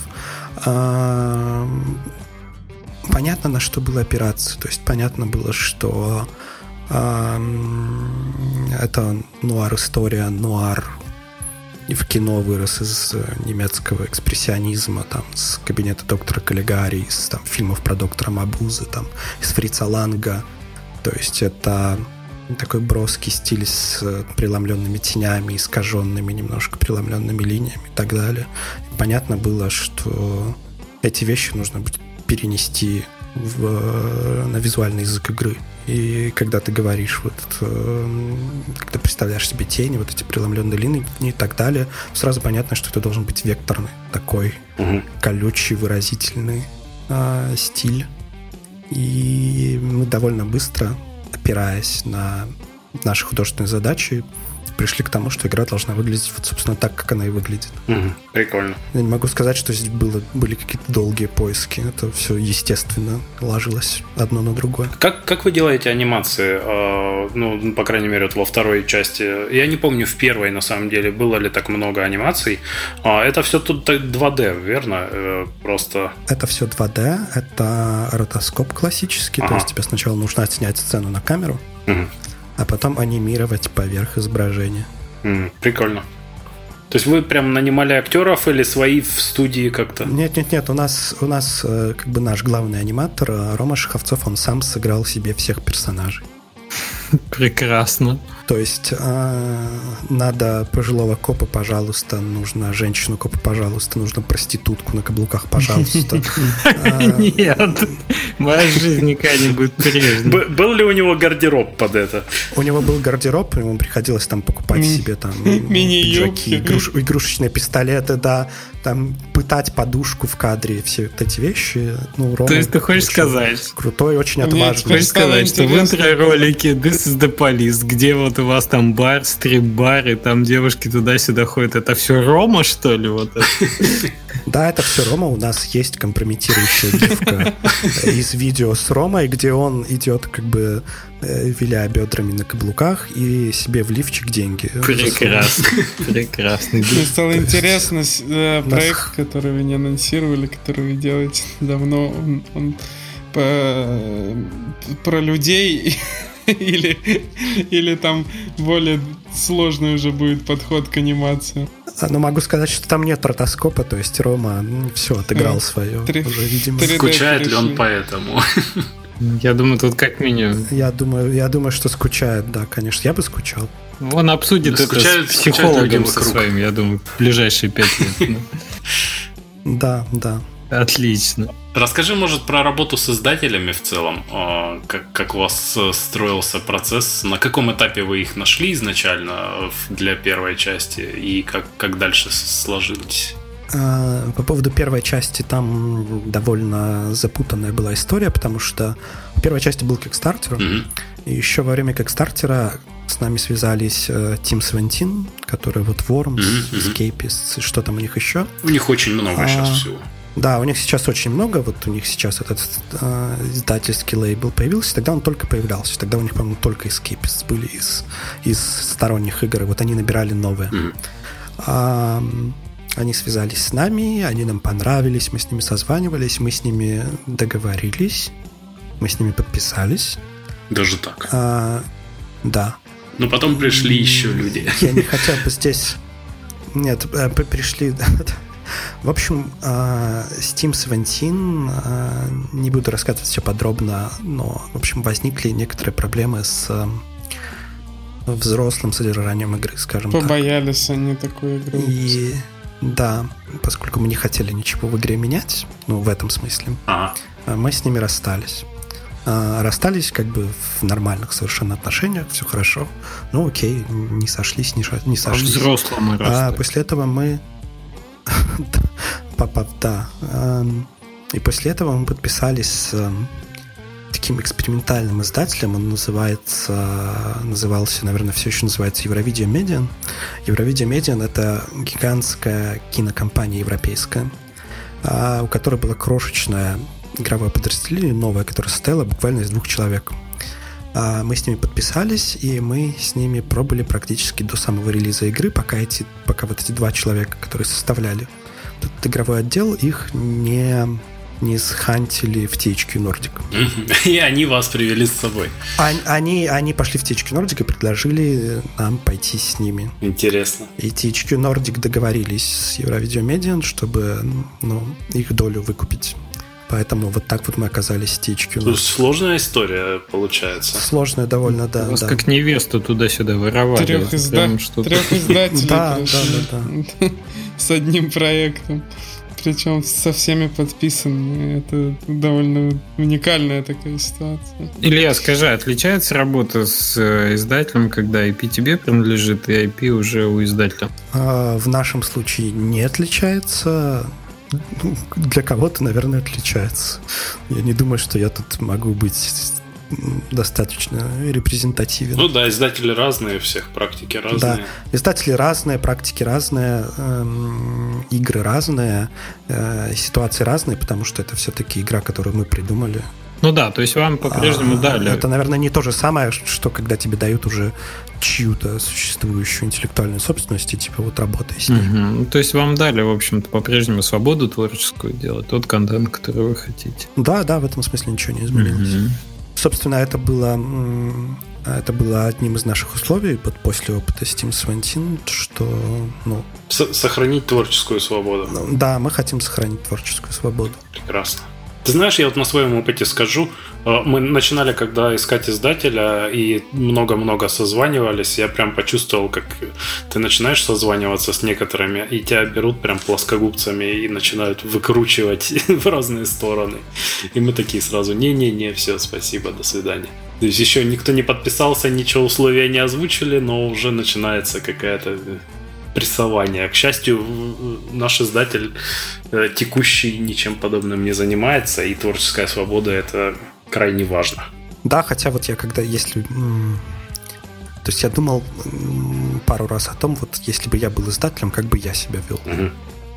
Понятно, на что было опираться. То есть понятно было, что э, это нуар-история, нуар и в кино вырос из немецкого экспрессионизма, там, с кабинета доктора Каллигари, из там, фильмов про доктора Мабузе, там, из Фрица Ланга. То есть это такой броский стиль с преломленными тенями, искаженными немножко преломленными линиями и так далее. И понятно было, что эти вещи нужно будет перенести в, на визуальный язык игры. И когда ты говоришь, вот, когда представляешь себе тени, вот эти преломленные линии и так далее, сразу понятно, что это должен быть векторный такой угу. колючий, выразительный э, стиль. И мы довольно быстро, опираясь на наши художественные задачи, пришли к тому, что игра должна выглядеть вот, собственно, так, как она и выглядит. Угу, прикольно. Я не могу сказать, что здесь было, были какие-то долгие поиски. Это все естественно ложилось одно на другое. Как, как вы делаете анимации? Э, ну, по крайней мере, вот во второй части. Я не помню, в первой, на самом деле, было ли так много анимаций. Э, это все тут два дэ, верно? Э, просто... Это все два дэ. Это ротоскоп классический. Ага. То есть тебе сначала нужно снять сцену на камеру, угу. а потом анимировать поверх изображения. Mm, прикольно. То есть вы прям нанимали актеров или свои в студии как-то? Нет, нет, нет. У нас, у нас как бы наш главный аниматор Рома Шаховцов, он сам сыграл себе всех персонажей. Прекрасно. То есть э, надо пожилого копа, пожалуйста, нужно женщину копа, пожалуйста, нужно проститутку на каблуках, пожалуйста. Нет, моя жизнь никогда не будет прежней. Был ли у него гардероб под это? У него был гардероб, ему приходилось там покупать себе там пиджаки, игрушечные пистолеты, да, там пытать подушку в кадре, все вот эти вещи. То есть ты хочешь сказать? Крутой, очень отважный. Ты хочешь сказать, что в интро-ролике This is the Police, где вот у вас там бар, стрип-бар, и там девушки туда-сюда ходят, это все Рома, что ли? Вот это? Да, это все Рома. У нас есть компрометирующая гифка из видео с Ромой, где он идет как бы виляя бедрами на каблуках и себе в лифчик деньги. Прекрасно. Прекрасно. Мне стало интересно, проект, который вы не анонсировали, который вы делаете давно, он, он по, про людей или, или там более сложный уже будет подход к анимации? Ну, могу сказать, что там нет ротоскопа, то есть Рома ну, все отыграл а, свое. три, уже, видимо. Скучает ли он поэтому? Я думаю, тут как минимум. Я думаю, я думаю, что скучает, да, конечно. Я бы скучал. Он обсудит да, это скучает, с психологом со своим, я думаю, в ближайшие пять лет. Да, да. Отлично. Расскажи, может, про работу с издателями в целом. Как, как у вас строился процесс? На каком этапе вы их нашли изначально для первой части? И как, как дальше сложилось? По поводу первой части там довольно запутанная была история, потому что в первой части был Kickstarter, mm-hmm. и еще во время Kickstarter с нами связались Team семнадцать, которые вот Worms, mm-hmm. Escapists, что там у них еще. У них очень много а, сейчас всего. Да, у них сейчас очень много. Вот у них сейчас этот э, издательский лейбл появился. Тогда он только появлялся. Тогда у них, по-моему, только Escapists были из, из сторонних игр. И вот они набирали новые. Mm-hmm. А, они связались с нами, они нам понравились, мы с ними созванивались, мы с ними договорились, мы с ними подписались. Даже так? А, да. Но потом пришли еще люди. Я не хотел бы здесь... Нет, пришли... В общем, с Team семнадцать, не буду рассказывать все подробно, но, в общем, возникли некоторые проблемы с взрослым содержанием игры, скажем так. Побоялись они такой игры. И да, поскольку мы не хотели ничего в игре менять, ну, в этом смысле, ага. мы с ними расстались. Расстались как бы в нормальных совершенно отношениях, все хорошо. Ну, окей, не сошлись, не, ша... не сошлись. А взрослым мы расстались. А после этого мы... Папа, да. И после этого мы подписались с таким экспериментальным издателем. Он называется, назывался, наверное, все еще называется Евровидео Медиан. Евровидео Медиан — это гигантская кинокомпания европейская, у которой была крошечная игровое подразделение, новое, которое состояло буквально из двух человек. Мы с ними подписались, и мы с ними пробовали практически до самого релиза игры, пока, эти, пока вот эти два человека, которые составляли этот игровой отдел, их не, не схантили в ти эйч кью Nordic. И они вас привели с собой. Они, они пошли в ти эйч кью Nordic и предложили нам пойти с ними. Интересно. И ти эйч кью Nordic договорились с Евровидео Медиан, чтобы ну, их долю выкупить. Поэтому вот так вот мы оказались в ти эйч кью. Сложная история получается. Сложная довольно, да. Вас да. как невесту туда-сюда воровали. Трех, изда... Трех издателей. Да, да, да, да. С одним проектом. Причем со всеми подписанными. Это довольно уникальная такая ситуация. Илья, скажи, отличается работа с издателем, когда ай пи тебе принадлежит, и ай пи уже у издателя? А, в нашем случае не отличается. Ну, для кого-то, наверное, отличается. Я не думаю, что я тут могу быть достаточно репрезентативен. Ну да, издатели разные, всех практики разные. Да, издатели разные, практики разные, эм, игры разные, э, ситуации разные, потому что это все-таки игра, которую мы придумали. Ну да, то есть вам по-прежнему а, дали. Это, наверное, не то же самое, что когда тебе дают уже чью-то существующую интеллектуальную собственность, и типа вот работай с ней. Угу. То есть вам дали, в общем-то, по-прежнему свободу творческую делать, тот контент, который вы хотите. Да, да, в этом смысле ничего не изменилось. Угу. Собственно, это было, это было одним из наших условий вот после опыта с Team семнадцать, что... Ну, С- сохранить творческую свободу. Да, мы хотим сохранить творческую свободу. Прекрасно. Ты знаешь, я вот на своем опыте скажу, мы начинали, когда искать издателя, и много-много созванивались, я прям почувствовал, как ты начинаешь созваниваться с некоторыми, и тебя берут прям плоскогубцами и начинают выкручивать в разные стороны. И мы такие сразу, не-не-не, все, спасибо, до свидания. То есть еще никто не подписался, ничего условия не озвучили, но уже начинается какая-то... прессование. К счастью, наш издатель текущий ничем подобным не занимается, и творческая свобода — это крайне важно. Да, хотя вот я когда, если... То есть я думал пару раз о том, вот если бы я был издателем, как бы я себя вел. Угу.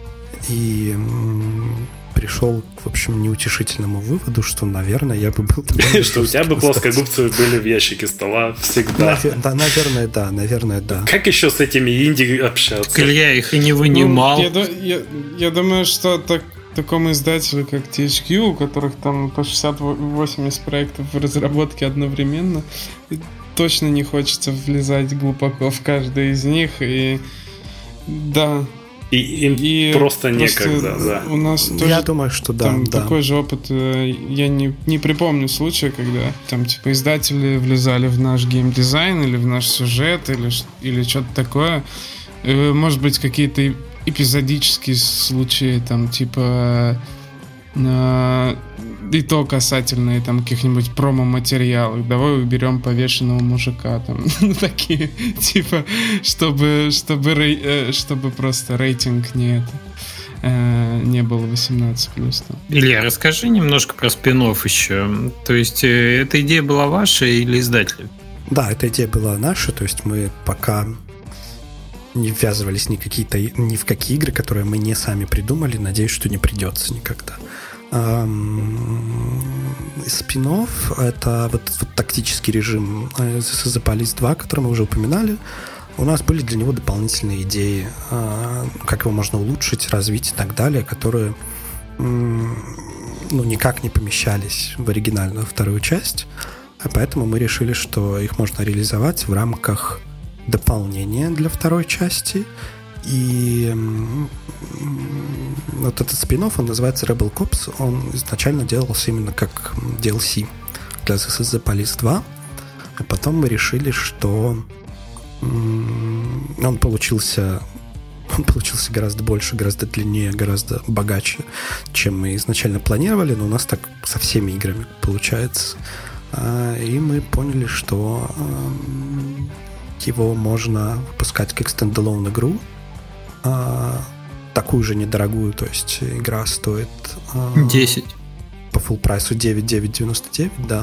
И пришел, в общем, неутешительному выводу, что, наверное, я бы был... Что у тебя бы плоскогубцы были в ящике стола всегда. Да, наверное, да, наверное, да. Как еще с этими инди общаться? Илья их и не вынимал. Я думаю, что так такому издателю, как ти эйч кью, у которых там по шестьдесят-восемьдесят проектов в разработке одновременно, точно не хочется влезать глубоко в каждый из них. И да... И им и просто некогда, да. У нас тоже я думаю, что да, там да. такой же опыт. Я не, не припомню случая, когда там типа издатели влезали в наш геймдизайн или в наш сюжет или, или что-то такое. Может быть, какие-то эпизодические случаи, там типа э, и то касательные там каких-нибудь промо-материалов. Давай уберем повешенного мужика там. Такие, типа, чтобы, чтобы, рей, чтобы просто рейтинг не это. Не было восемнадцать плюс. Илья, расскажи немножко про спин-офф еще. То есть, эта идея была ваша или издателя? Да, эта идея была наша, то есть мы пока не ввязывались ни, какие-то, ни в какие игры, которые мы не сами придумали. Надеюсь, что не придется никогда. Спин-офф — это вот, вот тактический режим This is the Police два, который мы уже упоминали. У нас были для него дополнительные идеи, как его можно улучшить, развить и так далее, которые ну, никак не помещались в оригинальную вторую часть. А поэтому мы решили, что их можно реализовать в рамках дополнения для второй части. И вот этот спин-офф, он называется Rebel Cops. Он изначально делался именно как ди эл си для This is the Police два. А потом мы решили, что он получился он получился гораздо больше, гораздо длиннее, гораздо богаче, чем мы изначально планировали. Но у нас так со всеми играми получается. И мы поняли, что его можно выпускать как стендалон игру, такую же недорогую, то есть игра стоит десять по full прайсу девять тысяч девятьсот девяносто девять, да.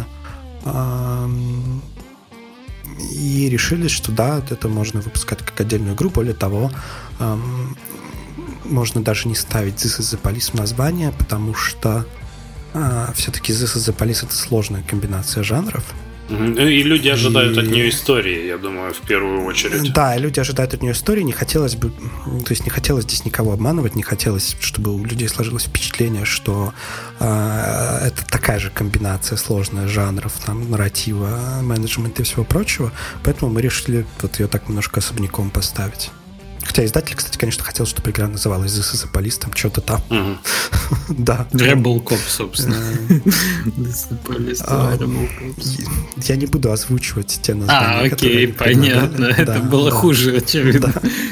И решили, что да, это можно выпускать как отдельную игру. Более того, можно даже не ставить This is the Police в название, потому что все-таки This is the Police — это сложная комбинация жанров. И люди ожидают и... от нее истории, я думаю, в первую очередь. Да, и люди ожидают от нее истории. Не хотелось бы, то есть не хотелось здесь никого обманывать, не хотелось, чтобы у людей сложилось впечатление, что э, это такая же комбинация сложная жанров, там, нарратива, менеджмента и всего прочего. Поэтому мы решили вот ее так немножко особняком поставить. Хотя издатель, кстати, конечно, хотел, чтобы игра называлась This is the Police, там что-то там. Uh-huh. Да. Rebel Cop, собственно. This is the Police, Rebel Cops. Я не буду озвучивать те названия. А, окей, понятно. Это было хуже, очевидно.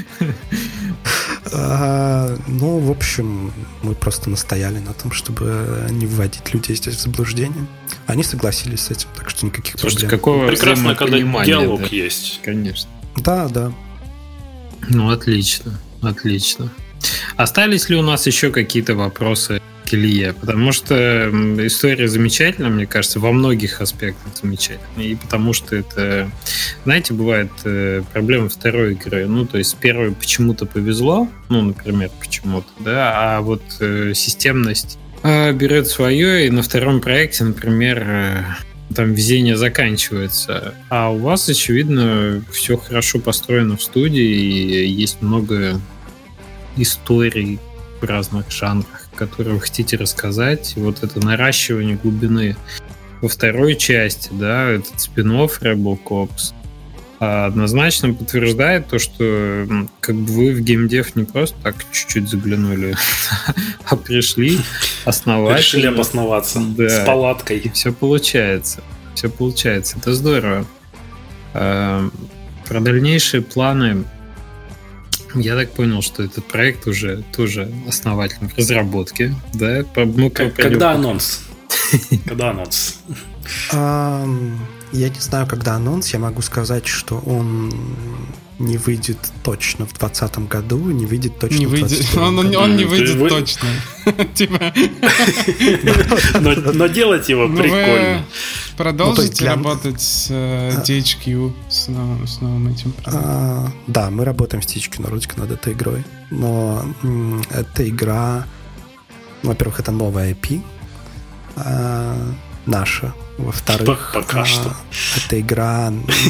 Ну, в общем, мы просто настояли на том, чтобы не вводить людей здесь в заблуждение. Они согласились с этим, так что никаких Слушайте, проблем. какого прекрасно, когда диалог есть. Конечно. Да, да. Ну, отлично, отлично. Остались ли у нас еще какие-то вопросы к Илье? Потому что история замечательная, мне кажется, во многих аспектах замечательная. И потому что это, знаете, бывает проблема второй игры. Ну, то есть первой почему-то повезло, ну, например, почему-то, да, а вот системность берет свое, и на втором проекте, например, там везение заканчивается. А у вас, очевидно, все хорошо построено в студии, и есть много историй в разных жанрах, которые вы хотите рассказать. И вот это наращивание глубины во второй части, да, этот спин-офф Rebel Cops однозначно подтверждает то, что как бы вы в геймдев не просто так чуть-чуть заглянули, а пришли основать. Решили обосноваться, да, с палаткой. И все получается. Все получается. Это здорово. Про дальнейшие планы. Я так понял, что этот проект уже тоже основательно в разработке. Да? Мы Когда анонс? Когда анонс? Я не знаю, когда анонс. Я могу сказать, что он не выйдет точно в двадцатом году, не выйдет точно не в выйдет. двадцать втором Он, году. он не выйдет вы... точно. Типа. но, но делать его но прикольно. Вы продолжите ну, для... работать с uh, ди эйч кью, с новым, с новым этим проектом? Uh, да, мы работаем с ди эйч кью на ручке над этой игрой. Но м- эта игра, во-первых, это новая ай пи. Uh, наша. Во-вторых, пока а, что. Эта игра...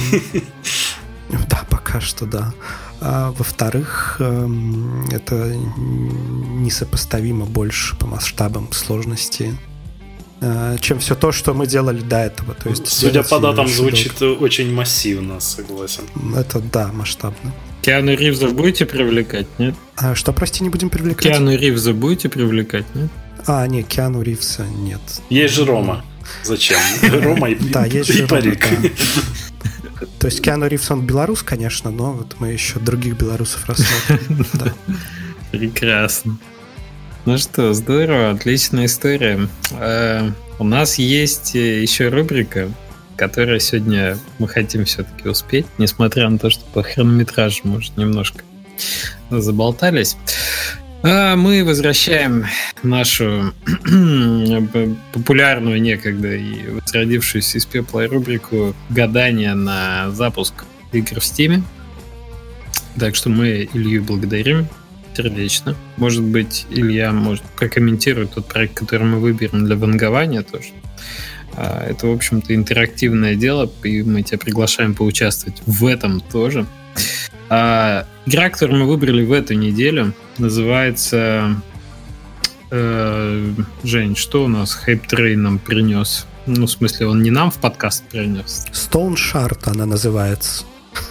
Да, пока что, да. А, во-вторых, это несопоставимо больше по масштабам сложности, чем все то, что мы делали до этого. То есть, судя по датам, звучит очень массивно, согласен. Это, да, масштабно. Киану Ривза будете привлекать, нет? А что, прости, не будем привлекать? Киану Ривза будете привлекать, нет? А, нет, Киану Ривза нет. Есть же Рома. Зачем? Рома и, да, есть и же парик. Рома, да. То есть Киану Ривз, он белорус, конечно, но вот мы еще других белорусов рассмотрим. Да. Прекрасно. Ну что, здорово, отличная история. Uh, у нас есть еще рубрика, которую сегодня мы хотим все-таки успеть, несмотря на то, что по хронометражу, может, немножко заболтались. А мы возвращаем нашу популярную некогда и возродившуюся из пепла рубрику гадания на запуск игр в Steam. Так что мы Илью благодарим сердечно. Может быть, Илья может прокомментирует тот проект, который мы выберем для вангования тоже. Это, в общем-то, интерактивное дело, и мы тебя приглашаем поучаствовать в этом тоже. А, игра, которую мы выбрали в эту неделю, называется... Э, Жень, что у нас Hype Train нам принес? Ну, в смысле, он не нам в подкаст принес. Stone Shard она называется.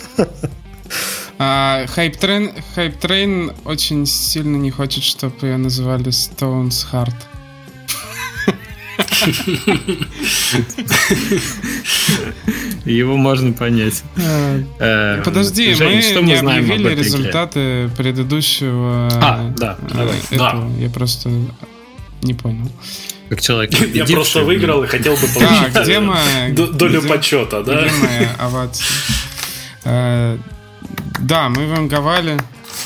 А, Hype Train, Hype Train очень сильно не хочет, чтобы ее называли Stone's Heart. Его можно понять. А, Подожди, Жень, мы что не мы объявили результаты игре? Предыдущего. А, да, давай. Да. Я просто не понял. Как человек. Я просто выиграл и хотел бы получить да, где мы, долю где, почета, да? Где мои овации? А, да, мы ванговали.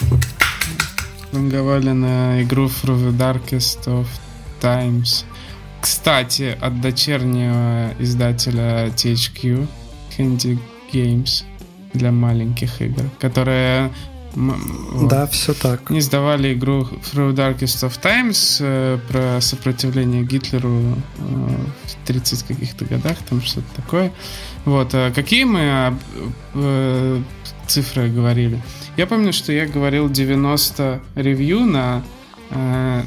Ванговали на игру Through the Darkest of Times. Кстати, от дочернего издателя ти эйч кью Handy Games для маленьких игр, которые вот, да, все так. Не сдавали игру Through Darkest of Times э, про сопротивление Гитлеру э, в тридцатых каких-то годах, там что-то такое. Вот. А какие мы э, цифры говорили? Я помню, что я говорил девяносто ревью на э,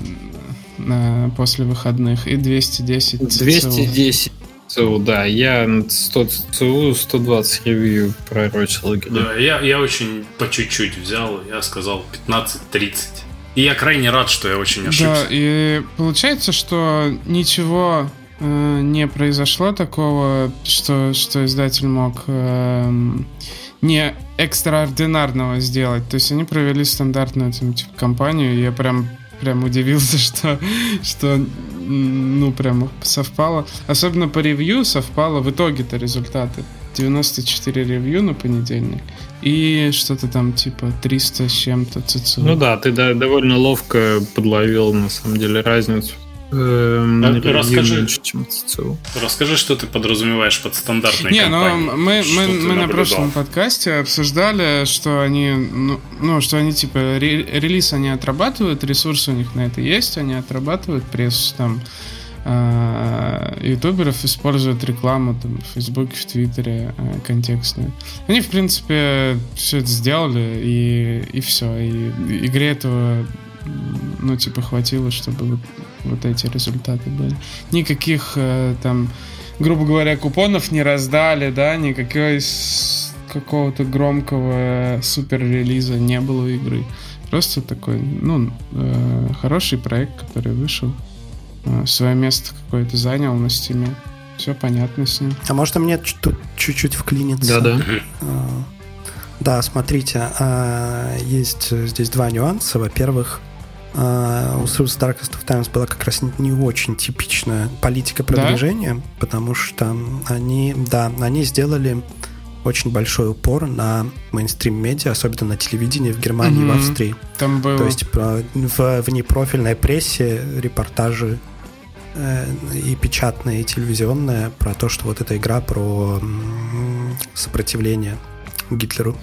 после выходных и двести десять ЦЦУ. двести десять ЦЦУ, да. Я сто ЦЦУ, сто двадцать ревью пророчил. Да, я, я очень по чуть-чуть взял, я сказал пятнадцать тридцать. И я крайне рад, что я очень ошибся. Да, и получается, что ничего э, не произошло такого, что, что издатель мог э, не экстраординарного сделать. То есть они провели стандартную там, типа, кампанию, и я прям Прям удивился, что, что ну, прям совпало. Особенно по ревью совпало в итоге-то результаты. девяносто четыре ревью на понедельник. И что-то там типа триста с чем-то ЦЦУ. Ну да, ты да, довольно ловко подловил на самом деле разницу. Эм, а, расскажи, меньше, чем ЦЦУ. Расскажи, что ты подразумеваешь под стандартной Не, компанией. Ну, мы, мы, мы на прошлом подкасте обсуждали, что они, ну, ну что они типа ре, релиз они отрабатывают, ресурсы у них на это есть, они отрабатывают пресс там э, ютуберов, используют рекламу там в Фейсбуке, в Твиттере э, контекстную. Они в принципе все это сделали и и все, и игре этого ну типа хватило, чтобы вот вот эти результаты были. Никаких э, там, грубо говоря, купонов не раздали, да, никакой с, какого-то громкого супер-релиза не было у игры. Просто такой, ну, э, хороший проект, который вышел, э, свое место какое-то занял на Steam. Все понятно с ним. А можно мне тут чуть-чуть вклиниться? Да-да. А, да, смотрите, а, есть здесь два нюанса. Во-первых, Uh, у Through the Darkest of Times была как раз не очень типичная политика продвижения, да? Потому что они, да, они сделали очень большой упор на мейнстрим-медиа, особенно на телевидении в Германии mm-hmm. и в Австрии. Там было... То есть в внепрофильной прессе репортажи э, и печатные, и телевизионные про то, что вот эта игра про м- сопротивление Гитлеру.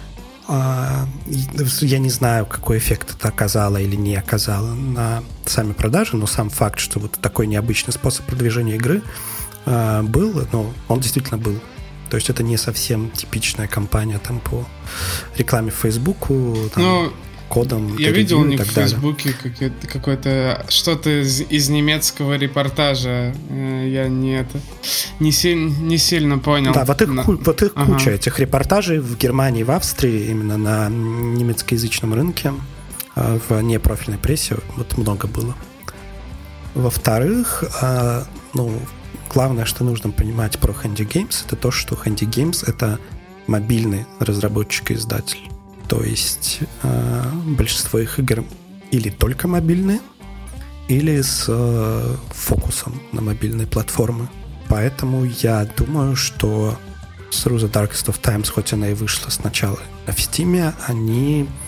Я не знаю, какой эффект это оказало или не оказало на сами продажи, но сам факт, что вот такой необычный способ продвижения игры был, ну, он действительно был. То есть это не совсем типичная кампания там по рекламе в Фейсбуку, там, но кодом. Я видел у них в Фейсбуке какое-то что-то из, из немецкого репортажа. Я не это не, силь, не сильно понял. Да, вот их, но... вот их ага. куча этих репортажей в Германии и в Австрии, именно на немецкоязычном рынке, в непрофильной прессе, вот много было. Во-вторых, ну, главное, что нужно понимать про Handy Games, это то, что Handy Games — это мобильный разработчик и издатель. То есть э, большинство их игр или только мобильные, или с э, фокусом на мобильные платформы. Поэтому я думаю, что Through the Darkest of Times, хоть она и вышла сначала в Steam, они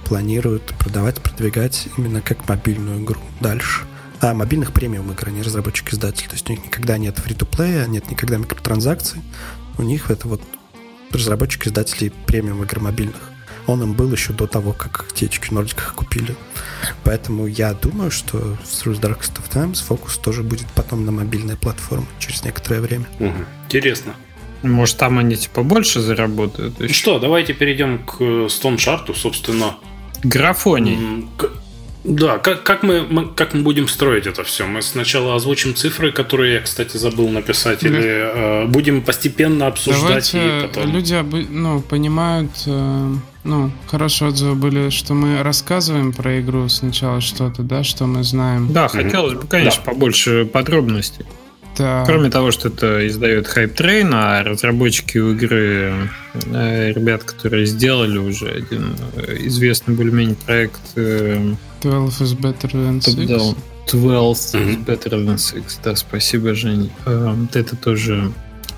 планируют продавать, продвигать именно как мобильную игру дальше. А мобильных премиум игр, они разработчик-издатель. То есть у них никогда нет фри-то-плея, нет никогда микротранзакций. У них это вот разработчик-издателей премиум игр мобильных. Он им был еще до того, как те эйч кью Nordic их купили. Поэтому я думаю, что в Through the Darkest of Times фокус тоже будет потом на мобильные платформы через некоторое время. Угу. Интересно. Может, там они типа больше заработают? Ну что, давайте перейдем к Stone Shard, собственно. Графоний. К... Да, как, как, мы, как мы будем строить это все? Мы сначала озвучим цифры, которые я, кстати, забыл написать, да. или э, будем постепенно обсуждать. Давайте, и потом... люди ну, понимают, э, ну, хорошие отзывы были, что мы рассказываем про игру сначала что-то, да, что мы знаем. Да, хотелось бы, конечно, да. побольше подробностей. Да. Кроме того, что это издает Hype Train, а разработчики у игры, э, ребят, которые сделали уже один известный более-менее проект э, twelve is better than six. twelve is better than six. Да, спасибо, Жень. Э, это тоже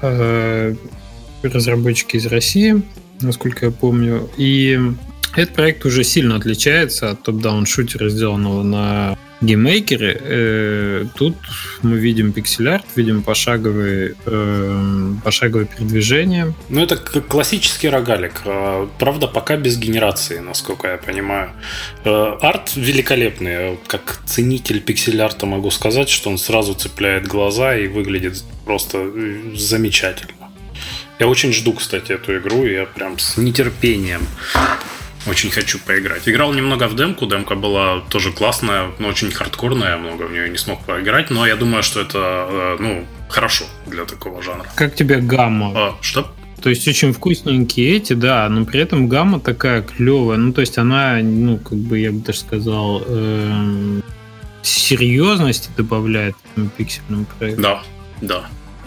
э, разработчики из России, насколько я помню. И этот проект уже сильно отличается от топ-даун-шутера, сделанного на гейммейкеры. Тут мы видим пиксель-арт, видим пошаговые, э, пошаговые передвижения. Ну, это классический рогалик. Правда, пока без генерации, насколько я понимаю. Арт великолепный. Как ценитель пиксель-арта могу сказать, что он сразу цепляет глаза и выглядит просто замечательно. Я очень жду, кстати, эту игру. Я прям с нетерпением очень хочу поиграть. Играл немного в демку. Демка была тоже классная, но очень хардкорная. Я много в нее не смог поиграть. Но я думаю, что это, ну, хорошо для такого жанра. Как тебе гамма? А, что? То есть очень вкусненькие эти, да, но при этом гамма такая клевая. Ну, то есть она, ну, как бы, я бы даже сказал, эм, серьезности добавляет этому пиксельному проекту. Да, да.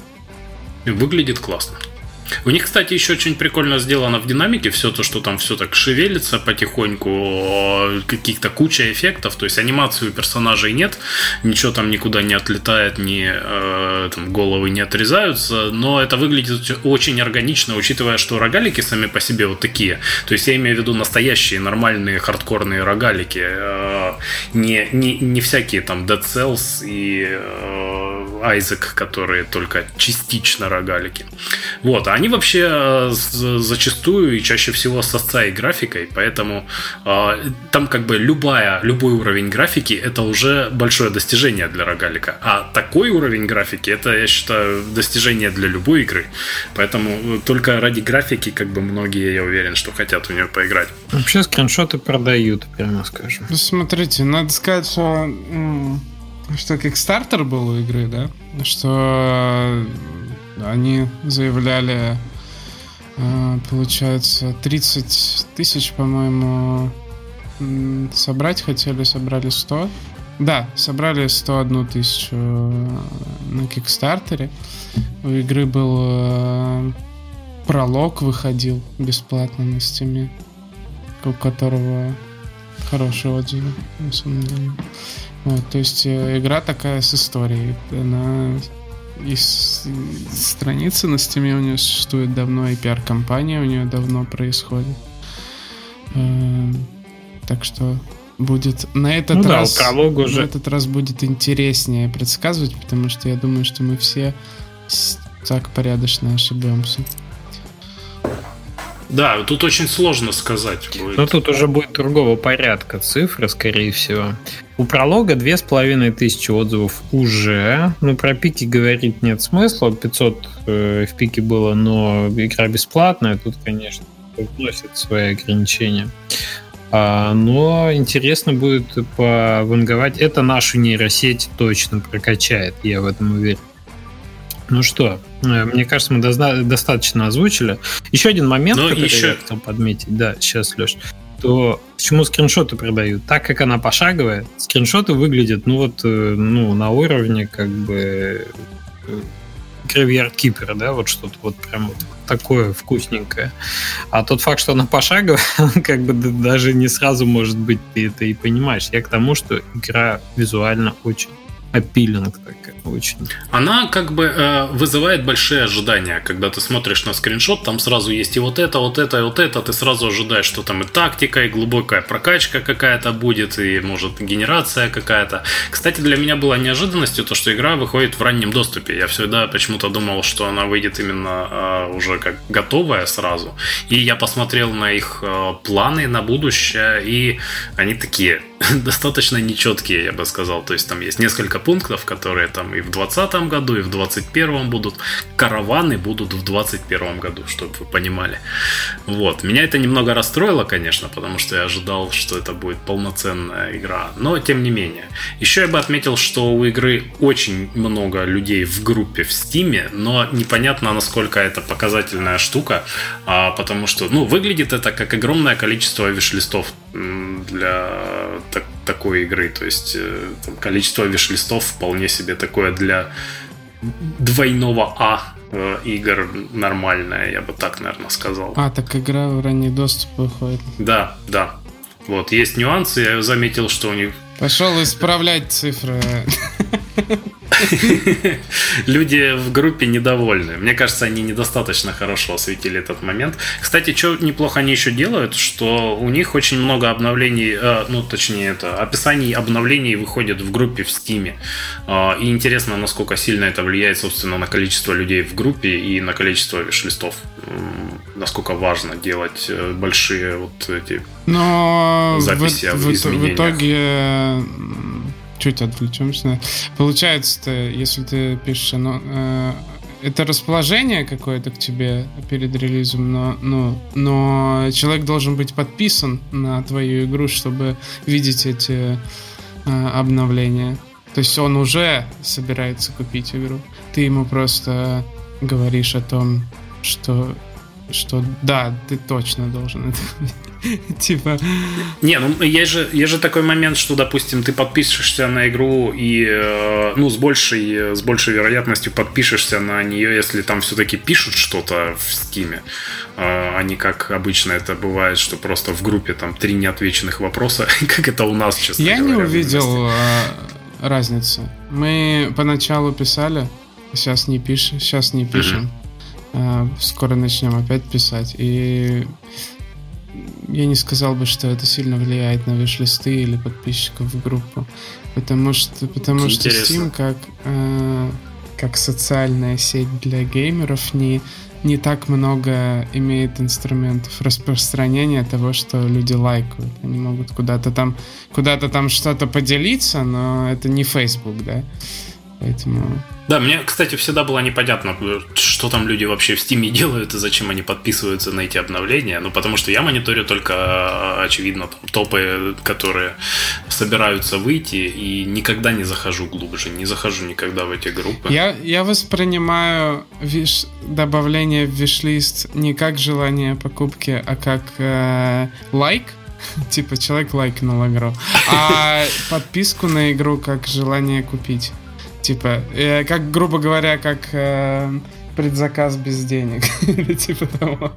И выглядит классно. У них, кстати, еще очень прикольно сделано в динамике все то, что там все так шевелится потихоньку, каких-то куча эффектов, то есть анимации у персонажей нет, ничего там никуда не отлетает, ни э, там, головы не отрезаются, но это выглядит очень органично, учитывая, что рогалики сами по себе вот такие, то есть я имею в виду настоящие нормальные хардкорные рогалики, э, не, не, не всякие там Dead Cells и э, Isaac, которые только частично рогалики. Вот, а они вообще зачастую и чаще всего с отца и графикой, поэтому э, там как бы любая, любой уровень графики это уже большое достижение для рогалика. А такой уровень графики это, я считаю, достижение для любой игры. Поэтому только ради графики как бы многие, я уверен, что хотят в нее поиграть. Вообще скриншоты продают, прямо скажем. Смотрите, надо сказать, что, что Kickstarter был у игры, да? Что они заявляли, получается, тридцать тысяч, по-моему, собрать хотели, собрали сто. Да, собрали сто одну тысячу на Кикстартере. У игры был пролог, выходил бесплатно на Steam, у которого хорошие отзывы, на самом деле. Вот, то есть игра такая с историей. Она... И страница на Steam у нее существует давно, и пиар-компания у нее давно происходит. Так что будет на этот ну раз да, уже... на этот раз будет интереснее предсказывать, потому что я думаю, что мы все так порядочно ошибемся. Да, тут очень сложно сказать. Будет. Но тут уже будет другого порядка цифры, скорее всего. У пролога две с половиной тысячи отзывов уже. Ну, про пики говорить нет смысла. пятьсот э, в пике было, но игра бесплатная. Тут, конечно, вносит свои ограничения. А, но интересно будет пованговать. Это нашу нейросеть точно прокачает, я в этом уверен. Ну что, мне кажется, мы достаточно озвучили. Еще один момент, но который еще... я хотел подметить. Да, сейчас, Леш. То почему скриншоты продают? Так как она пошаговая, скриншоты выглядят, ну вот, ну, на уровне, как бы, Graveyard Keeper, да, вот что-то вот прям вот такое вкусненькое. А тот факт, что она пошаговая, как бы даже не сразу, может быть, ты это и понимаешь. Я к тому, что игра визуально очень аппилинг такая. Очень. Она как бы э, вызывает большие ожидания. Когда ты смотришь на скриншот, там сразу есть и вот это, вот это, и вот это. Ты сразу ожидаешь, что там и тактика, и глубокая прокачка какая-то будет, и, может, генерация какая-то. Кстати, для меня была неожиданностью то, что игра выходит в раннем доступе. Я всегда почему-то думал, что она выйдет именно э, уже как готовая сразу. И я посмотрел на их э, планы на будущее, и они такие достаточно нечеткие, я бы сказал. То есть там есть несколько пунктов, которые там и в двадцатом году, и в двадцать первом будут. Караваны будут в двадцать первом году, чтобы вы понимали. Вот. Меня это немного расстроило, конечно, потому что я ожидал, что это будет полноценная игра. Но, тем не менее. Еще я бы отметил, что у игры очень много людей в группе в Steam, но непонятно, насколько это показательная штука, потому что, ну, выглядит это как огромное количество виш-листов для так, такой игры. То есть там, количество виш-листов вполне себе такое для двойного А э, игр нормальное, я бы так, наверное, сказал. А, так игра в ранний доступ выходит. Да, да. Вот, есть нюансы. Я заметил, что у них... Пошел исправлять цифры. Люди в группе недовольны. Мне кажется, они недостаточно хорошо осветили этот момент. Кстати, что неплохо они еще делают, что у них очень много обновлений, э, ну, точнее, это описаний обновлений выходит в группе в Steam. Э, и интересно, насколько сильно это влияет, собственно, на количество людей в группе и на количество виш-листов. Э, насколько важно делать большие вот эти Но записи в, об в, изменениях. В итоге... Чуть отвлечемся. Получается-то, если ты пишешь, ну, э, это расположение какое-то к тебе перед релизом, но, ну, но человек должен быть подписан на твою игру, чтобы видеть эти э, обновления. То есть он уже собирается купить игру. Ты ему просто говоришь о том, что, что да, ты точно должен это типа... Не, ну есть же, есть же такой момент, что, допустим, ты подпишешься на игру и, ну, с большей, с большей вероятностью подпишешься на нее, если там все-таки пишут что-то в Steam, а не как обычно это бывает, что просто в группе там три неотвеченных вопроса, как это у нас, честно Я говоря. Я не увидел а, разницы. Мы поначалу писали, сейчас не пишем, сейчас не пишем. Uh-huh. А, скоро начнем опять писать. И я не сказал бы, что это сильно влияет на виш-листы или подписчиков в группу, потому что, потому что Steam как, э, как социальная сеть для геймеров не, не так много имеет инструментов распространения того, что люди лайкают. Они могут куда-то там, куда-то там что-то поделиться, но это не Facebook, да? Поэтому... Да, мне, кстати, всегда было непонятно, что там люди вообще в Steam делают и зачем они подписываются на эти обновления. Ну, потому что я мониторю только, очевидно, там, топы, которые собираются выйти, и никогда не захожу глубже, не захожу никогда в эти группы. Я, я воспринимаю виш... добавление в виш-лист не как желание покупки, а как э, лайк. Типа человек лайкнул игру. А подписку на игру как желание купить. Типа, э, как, грубо говоря, как э, предзаказ без денег. Или типа того.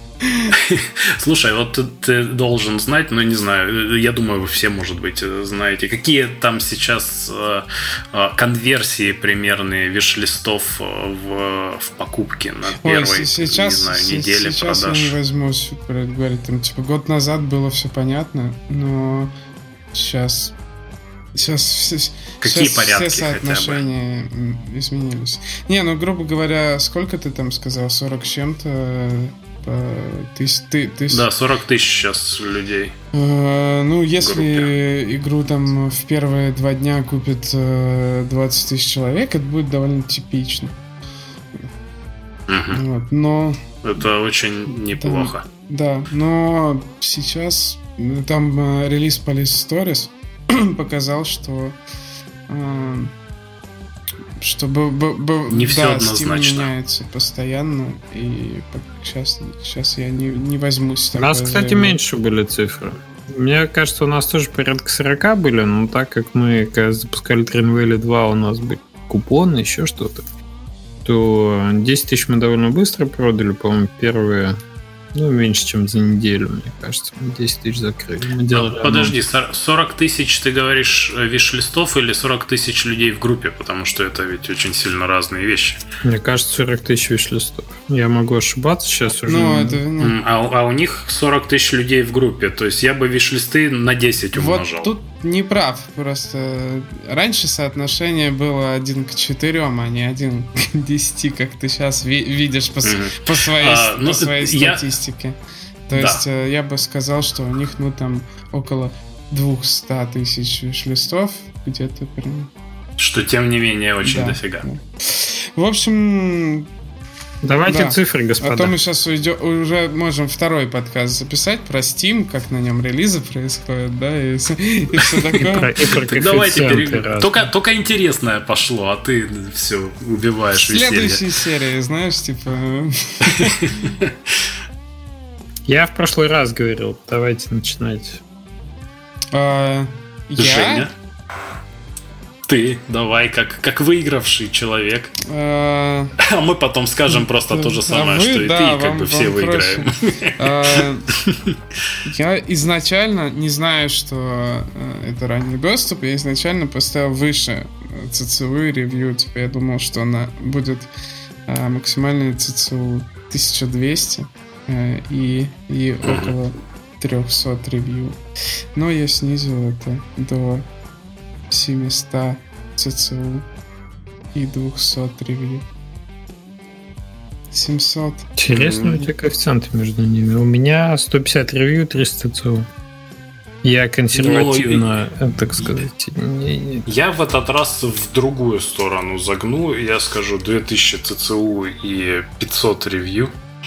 Слушай, вот ты, ты должен знать, ну, не знаю, я думаю, вы все, может быть, знаете, какие там сейчас э, э, конверсии примерные виш-листов в, в покупке на первой, Ой, сейчас, не знаю, неделе сейчас продаж. Сейчас я не возьмусь говорить, там, типа, год назад было все понятно, но сейчас... Сейчас все, Какие сейчас порядки все соотношения изменились. Не, ну, грубо говоря, сколько ты там сказал? сорок с чем-то по тысяч, ты, тысяч... Да, сорок тысяч сейчас людей. Uh, ну, если игру там в первые два дня купит uh, двадцать тысяч человек, это будет довольно типично. Uh-huh. Вот, но... Это очень неплохо. Там, да, но сейчас там uh, релиз Police Stories показал, что э, что б, б, б, не да, все однозначно. Steam меняется постоянно, и сейчас, сейчас я не, не возьмусь. У нас, кстати, заявлять. Меньше были цифры. Мне кажется, у нас тоже порядка сорок были, но так как мы когда запускали Train Valley два, у нас были купоны, еще что-то, то десять тысяч мы довольно быстро продали, по-моему, первые Ну, меньше, чем за неделю, мне кажется. Мы десять тысяч закрыли. Мы делали а, подожди, сорок тысяч, ты говоришь, виш-листов или сорок тысяч людей в группе? Потому что это ведь очень сильно разные вещи. Мне кажется, сорок тысяч виш-листов. Я могу ошибаться сейчас уже. Ну, это, ну. А, а у них сорок тысяч людей в группе. То есть я бы виш-листы на десять умножал. Вот тут не прав. Просто раньше соотношение было один к четырем, а не один к десяти, как ты сейчас ви- видишь по, mm-hmm. по своей, а, ну, по своей я... статистике. То да. есть я бы сказал, что у них ну там около двести тысяч виш-листов где-то прям. Что тем не менее очень да, дофига. Да. В общем... Давайте да. цифры, господа. А то мы сейчас уйдем, уже можем второй подкаст записать про Steam, как на нем релизы происходят, да, и, и все такое. Давайте перейдем. Только, только интересное пошло, а ты все убиваешь веселье. Следующей серии, знаешь, типа... Я в прошлый раз говорил, давайте начинать. Я? Женя? Ты, давай, как, как выигравший человек. А мы потом скажем просто то же самое, что и ты, и как бы все выиграем. Я изначально, не знаю, что это ранний доступ, я изначально поставил выше ЦЦУ и ревью. Типа я думал, что она будет максимальная ЦЦУ тысяча двести и, и около триста ревью. Но я снизил это до семьсот ЦЦУ и двести ревью. семьсот. Интересно, у тебя коэффициенты между ними. У меня сто пятьдесят ревью, триста ЦЦУ. Я консервативно, ну, так сказать. Не, не. Я в этот раз в другую сторону загну. Я скажу две тысячи ЦЦУ и пятьсот ревью,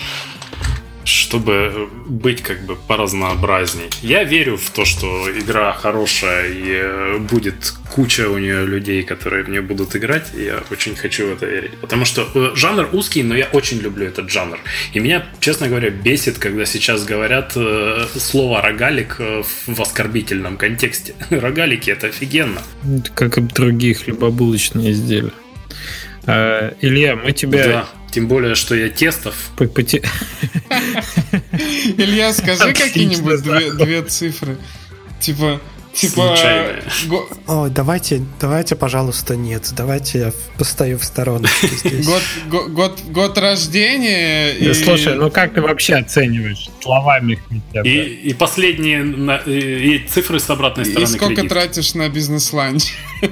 чтобы быть как бы поразнообразней. Я верю в то, что игра хорошая и будет куча у нее людей, которые в нее будут играть. И я очень хочу в это верить. Потому что жанр узкий, но я очень люблю этот жанр. И меня, честно говоря, бесит, когда сейчас говорят э, слово «рогалик» в оскорбительном контексте. Рогалики — это офигенно. Как и другие хлебобулочные изделия. А, Илья, мы тебя... Да. Тем более, что я Тестов. Илья, скажи какие-нибудь две, две цифры. Типа... Типа... Го... Ой, давайте, давайте, пожалуйста, нет. Давайте я постою в стороночке здесь. Год, год, год, год рождения и... Слушай, ну как ты вообще оцениваешь? Словами хотя бы. И, и последние и, и цифры с обратной стороны. И сколько кредит. Тратишь на бизнес-ланч?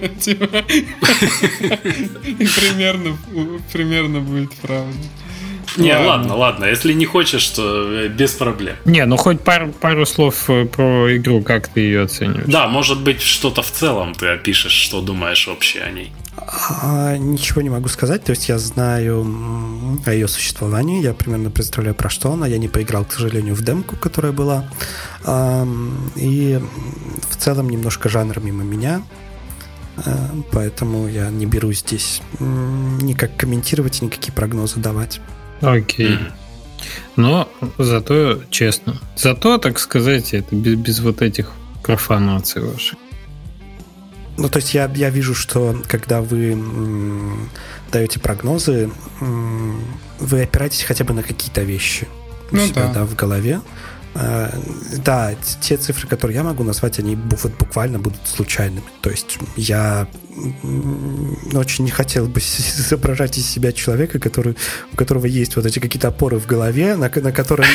И примерно будет правда. Не, ладно. ладно, ладно. Если не хочешь, то без проблем. Не, ну хоть пару, пару слов про игру, как ты ее оцениваешь? Да, может быть, что-то в целом ты опишешь, что думаешь вообще о ней. А, ничего не могу сказать. То есть я знаю о ее существовании. Я примерно представляю, про что она. Я не поиграл, к сожалению, в демку, которая была. А, и в целом немножко жанр мимо меня. А, поэтому я не берусь здесь никак комментировать и никакие прогнозы давать. Окей. Okay. Но зато честно. Зато, так сказать, это без, без вот этих профанаций ваших. Ну, то есть я, я вижу, что когда вы м, даете прогнозы, м, вы опираетесь хотя бы на какие-то вещи у ну, себя да. Да, в голове. А, да, те цифры, которые я могу назвать, они вот буквально будут случайными. То есть я очень не хотел бы изображать из себя человека, который, у которого есть вот эти какие-то опоры в голове, на, на которых...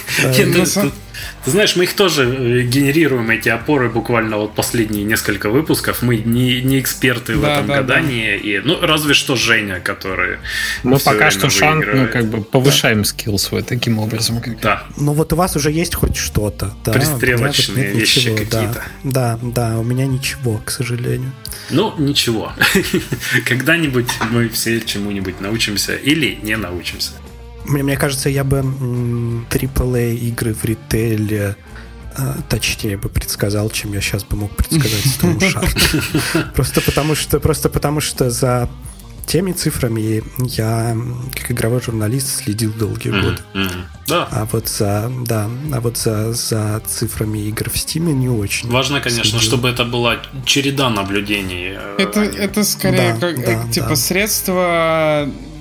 Ты знаешь, мы их тоже генерируем, эти опоры, буквально вот последние несколько выпусков. Мы не, не эксперты в этом гадании. И, ну, разве что Женя, который... Мы пока что шанс, ну, как бы повышаем скилл свой таким образом. Да. Ну, вот у вас уже есть хоть что-то. Пристрелочные вещи какие-то. Да, да, у меня ничего, к сожалению. Ну, ничего. Когда-нибудь мы все чему-нибудь научимся или не научимся. Мне, мне кажется, я бы трипл эй игры в ритейле э, точнее бы предсказал, чем я сейчас бы мог предсказать Storm Shard. Просто потому что, просто потому что за теми цифрами я, как игровой журналист, следил долгие годы. Да. А вот за, да, а вот за, за цифрами игр в Steam не очень. Важно, конечно, следил. Чтобы это была череда наблюдений. Это, это скорее да, как, да, типа да. средство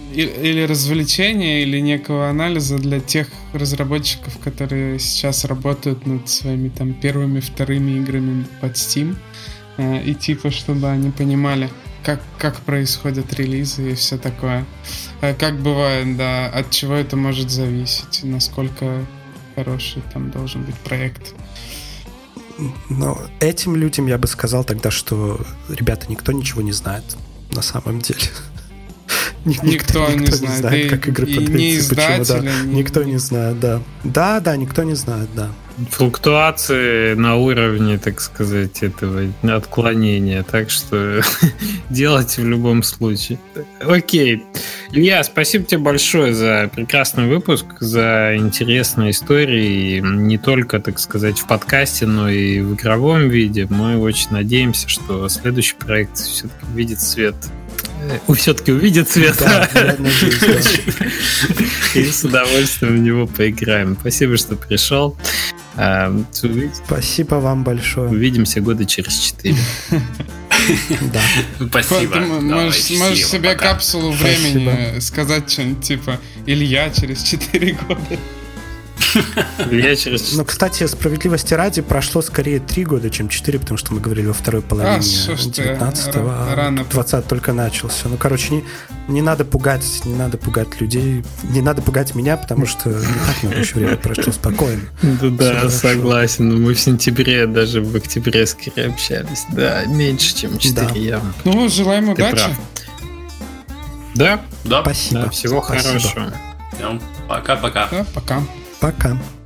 или развлечения, или некого анализа для тех разработчиков, которые сейчас работают над своими там первыми, вторыми играми под Steam. И типа, чтобы они понимали, как, как происходят релизы и все такое. Как бывает, да, от чего это может зависеть, насколько хороший там должен быть проект. Ну, этим людям я бы сказал тогда, что, ребята, никто ничего не знает на самом деле. Никто, никто не знает, знает и, как игры подаются. Почему, да. ни... Никто не знает, да. Да, да, никто не знает, да. Флуктуации на уровне, так сказать, этого отклонения. Так что делайте в любом случае. Окей. Илья, спасибо тебе большое за прекрасный выпуск, за интересные истории. Не только, так сказать, в подкасте, но и в игровом виде. Мы очень надеемся, что следующий проект все-таки увидит свет. Все-таки увидит свет. Да, я надеюсь, да. И с удовольствием в него поиграем. Спасибо, что пришел. Спасибо вам большое. Увидимся года через четыре. Да. Спасибо. Ты можешь себе капсулу времени сказать что-нибудь типа Илья через четыре года. Я через... Ну, кстати, справедливости ради, прошло скорее три года, чем четыре, потому что мы говорили во второй половине а, девятнадцатого, а двадцатый только начался. Ну, короче, не, не надо пугать, не надо пугать людей, не надо пугать меня, потому что не так много еще времени прошло спокойно. Да, да, согласен. Мы в сентябре, даже в октябре скорее общались. Да, меньше, чем четыре явно. Ну, желаем удачи. Да? Да. Спасибо. Всего хорошего. Пока-пока. Пока. Пока.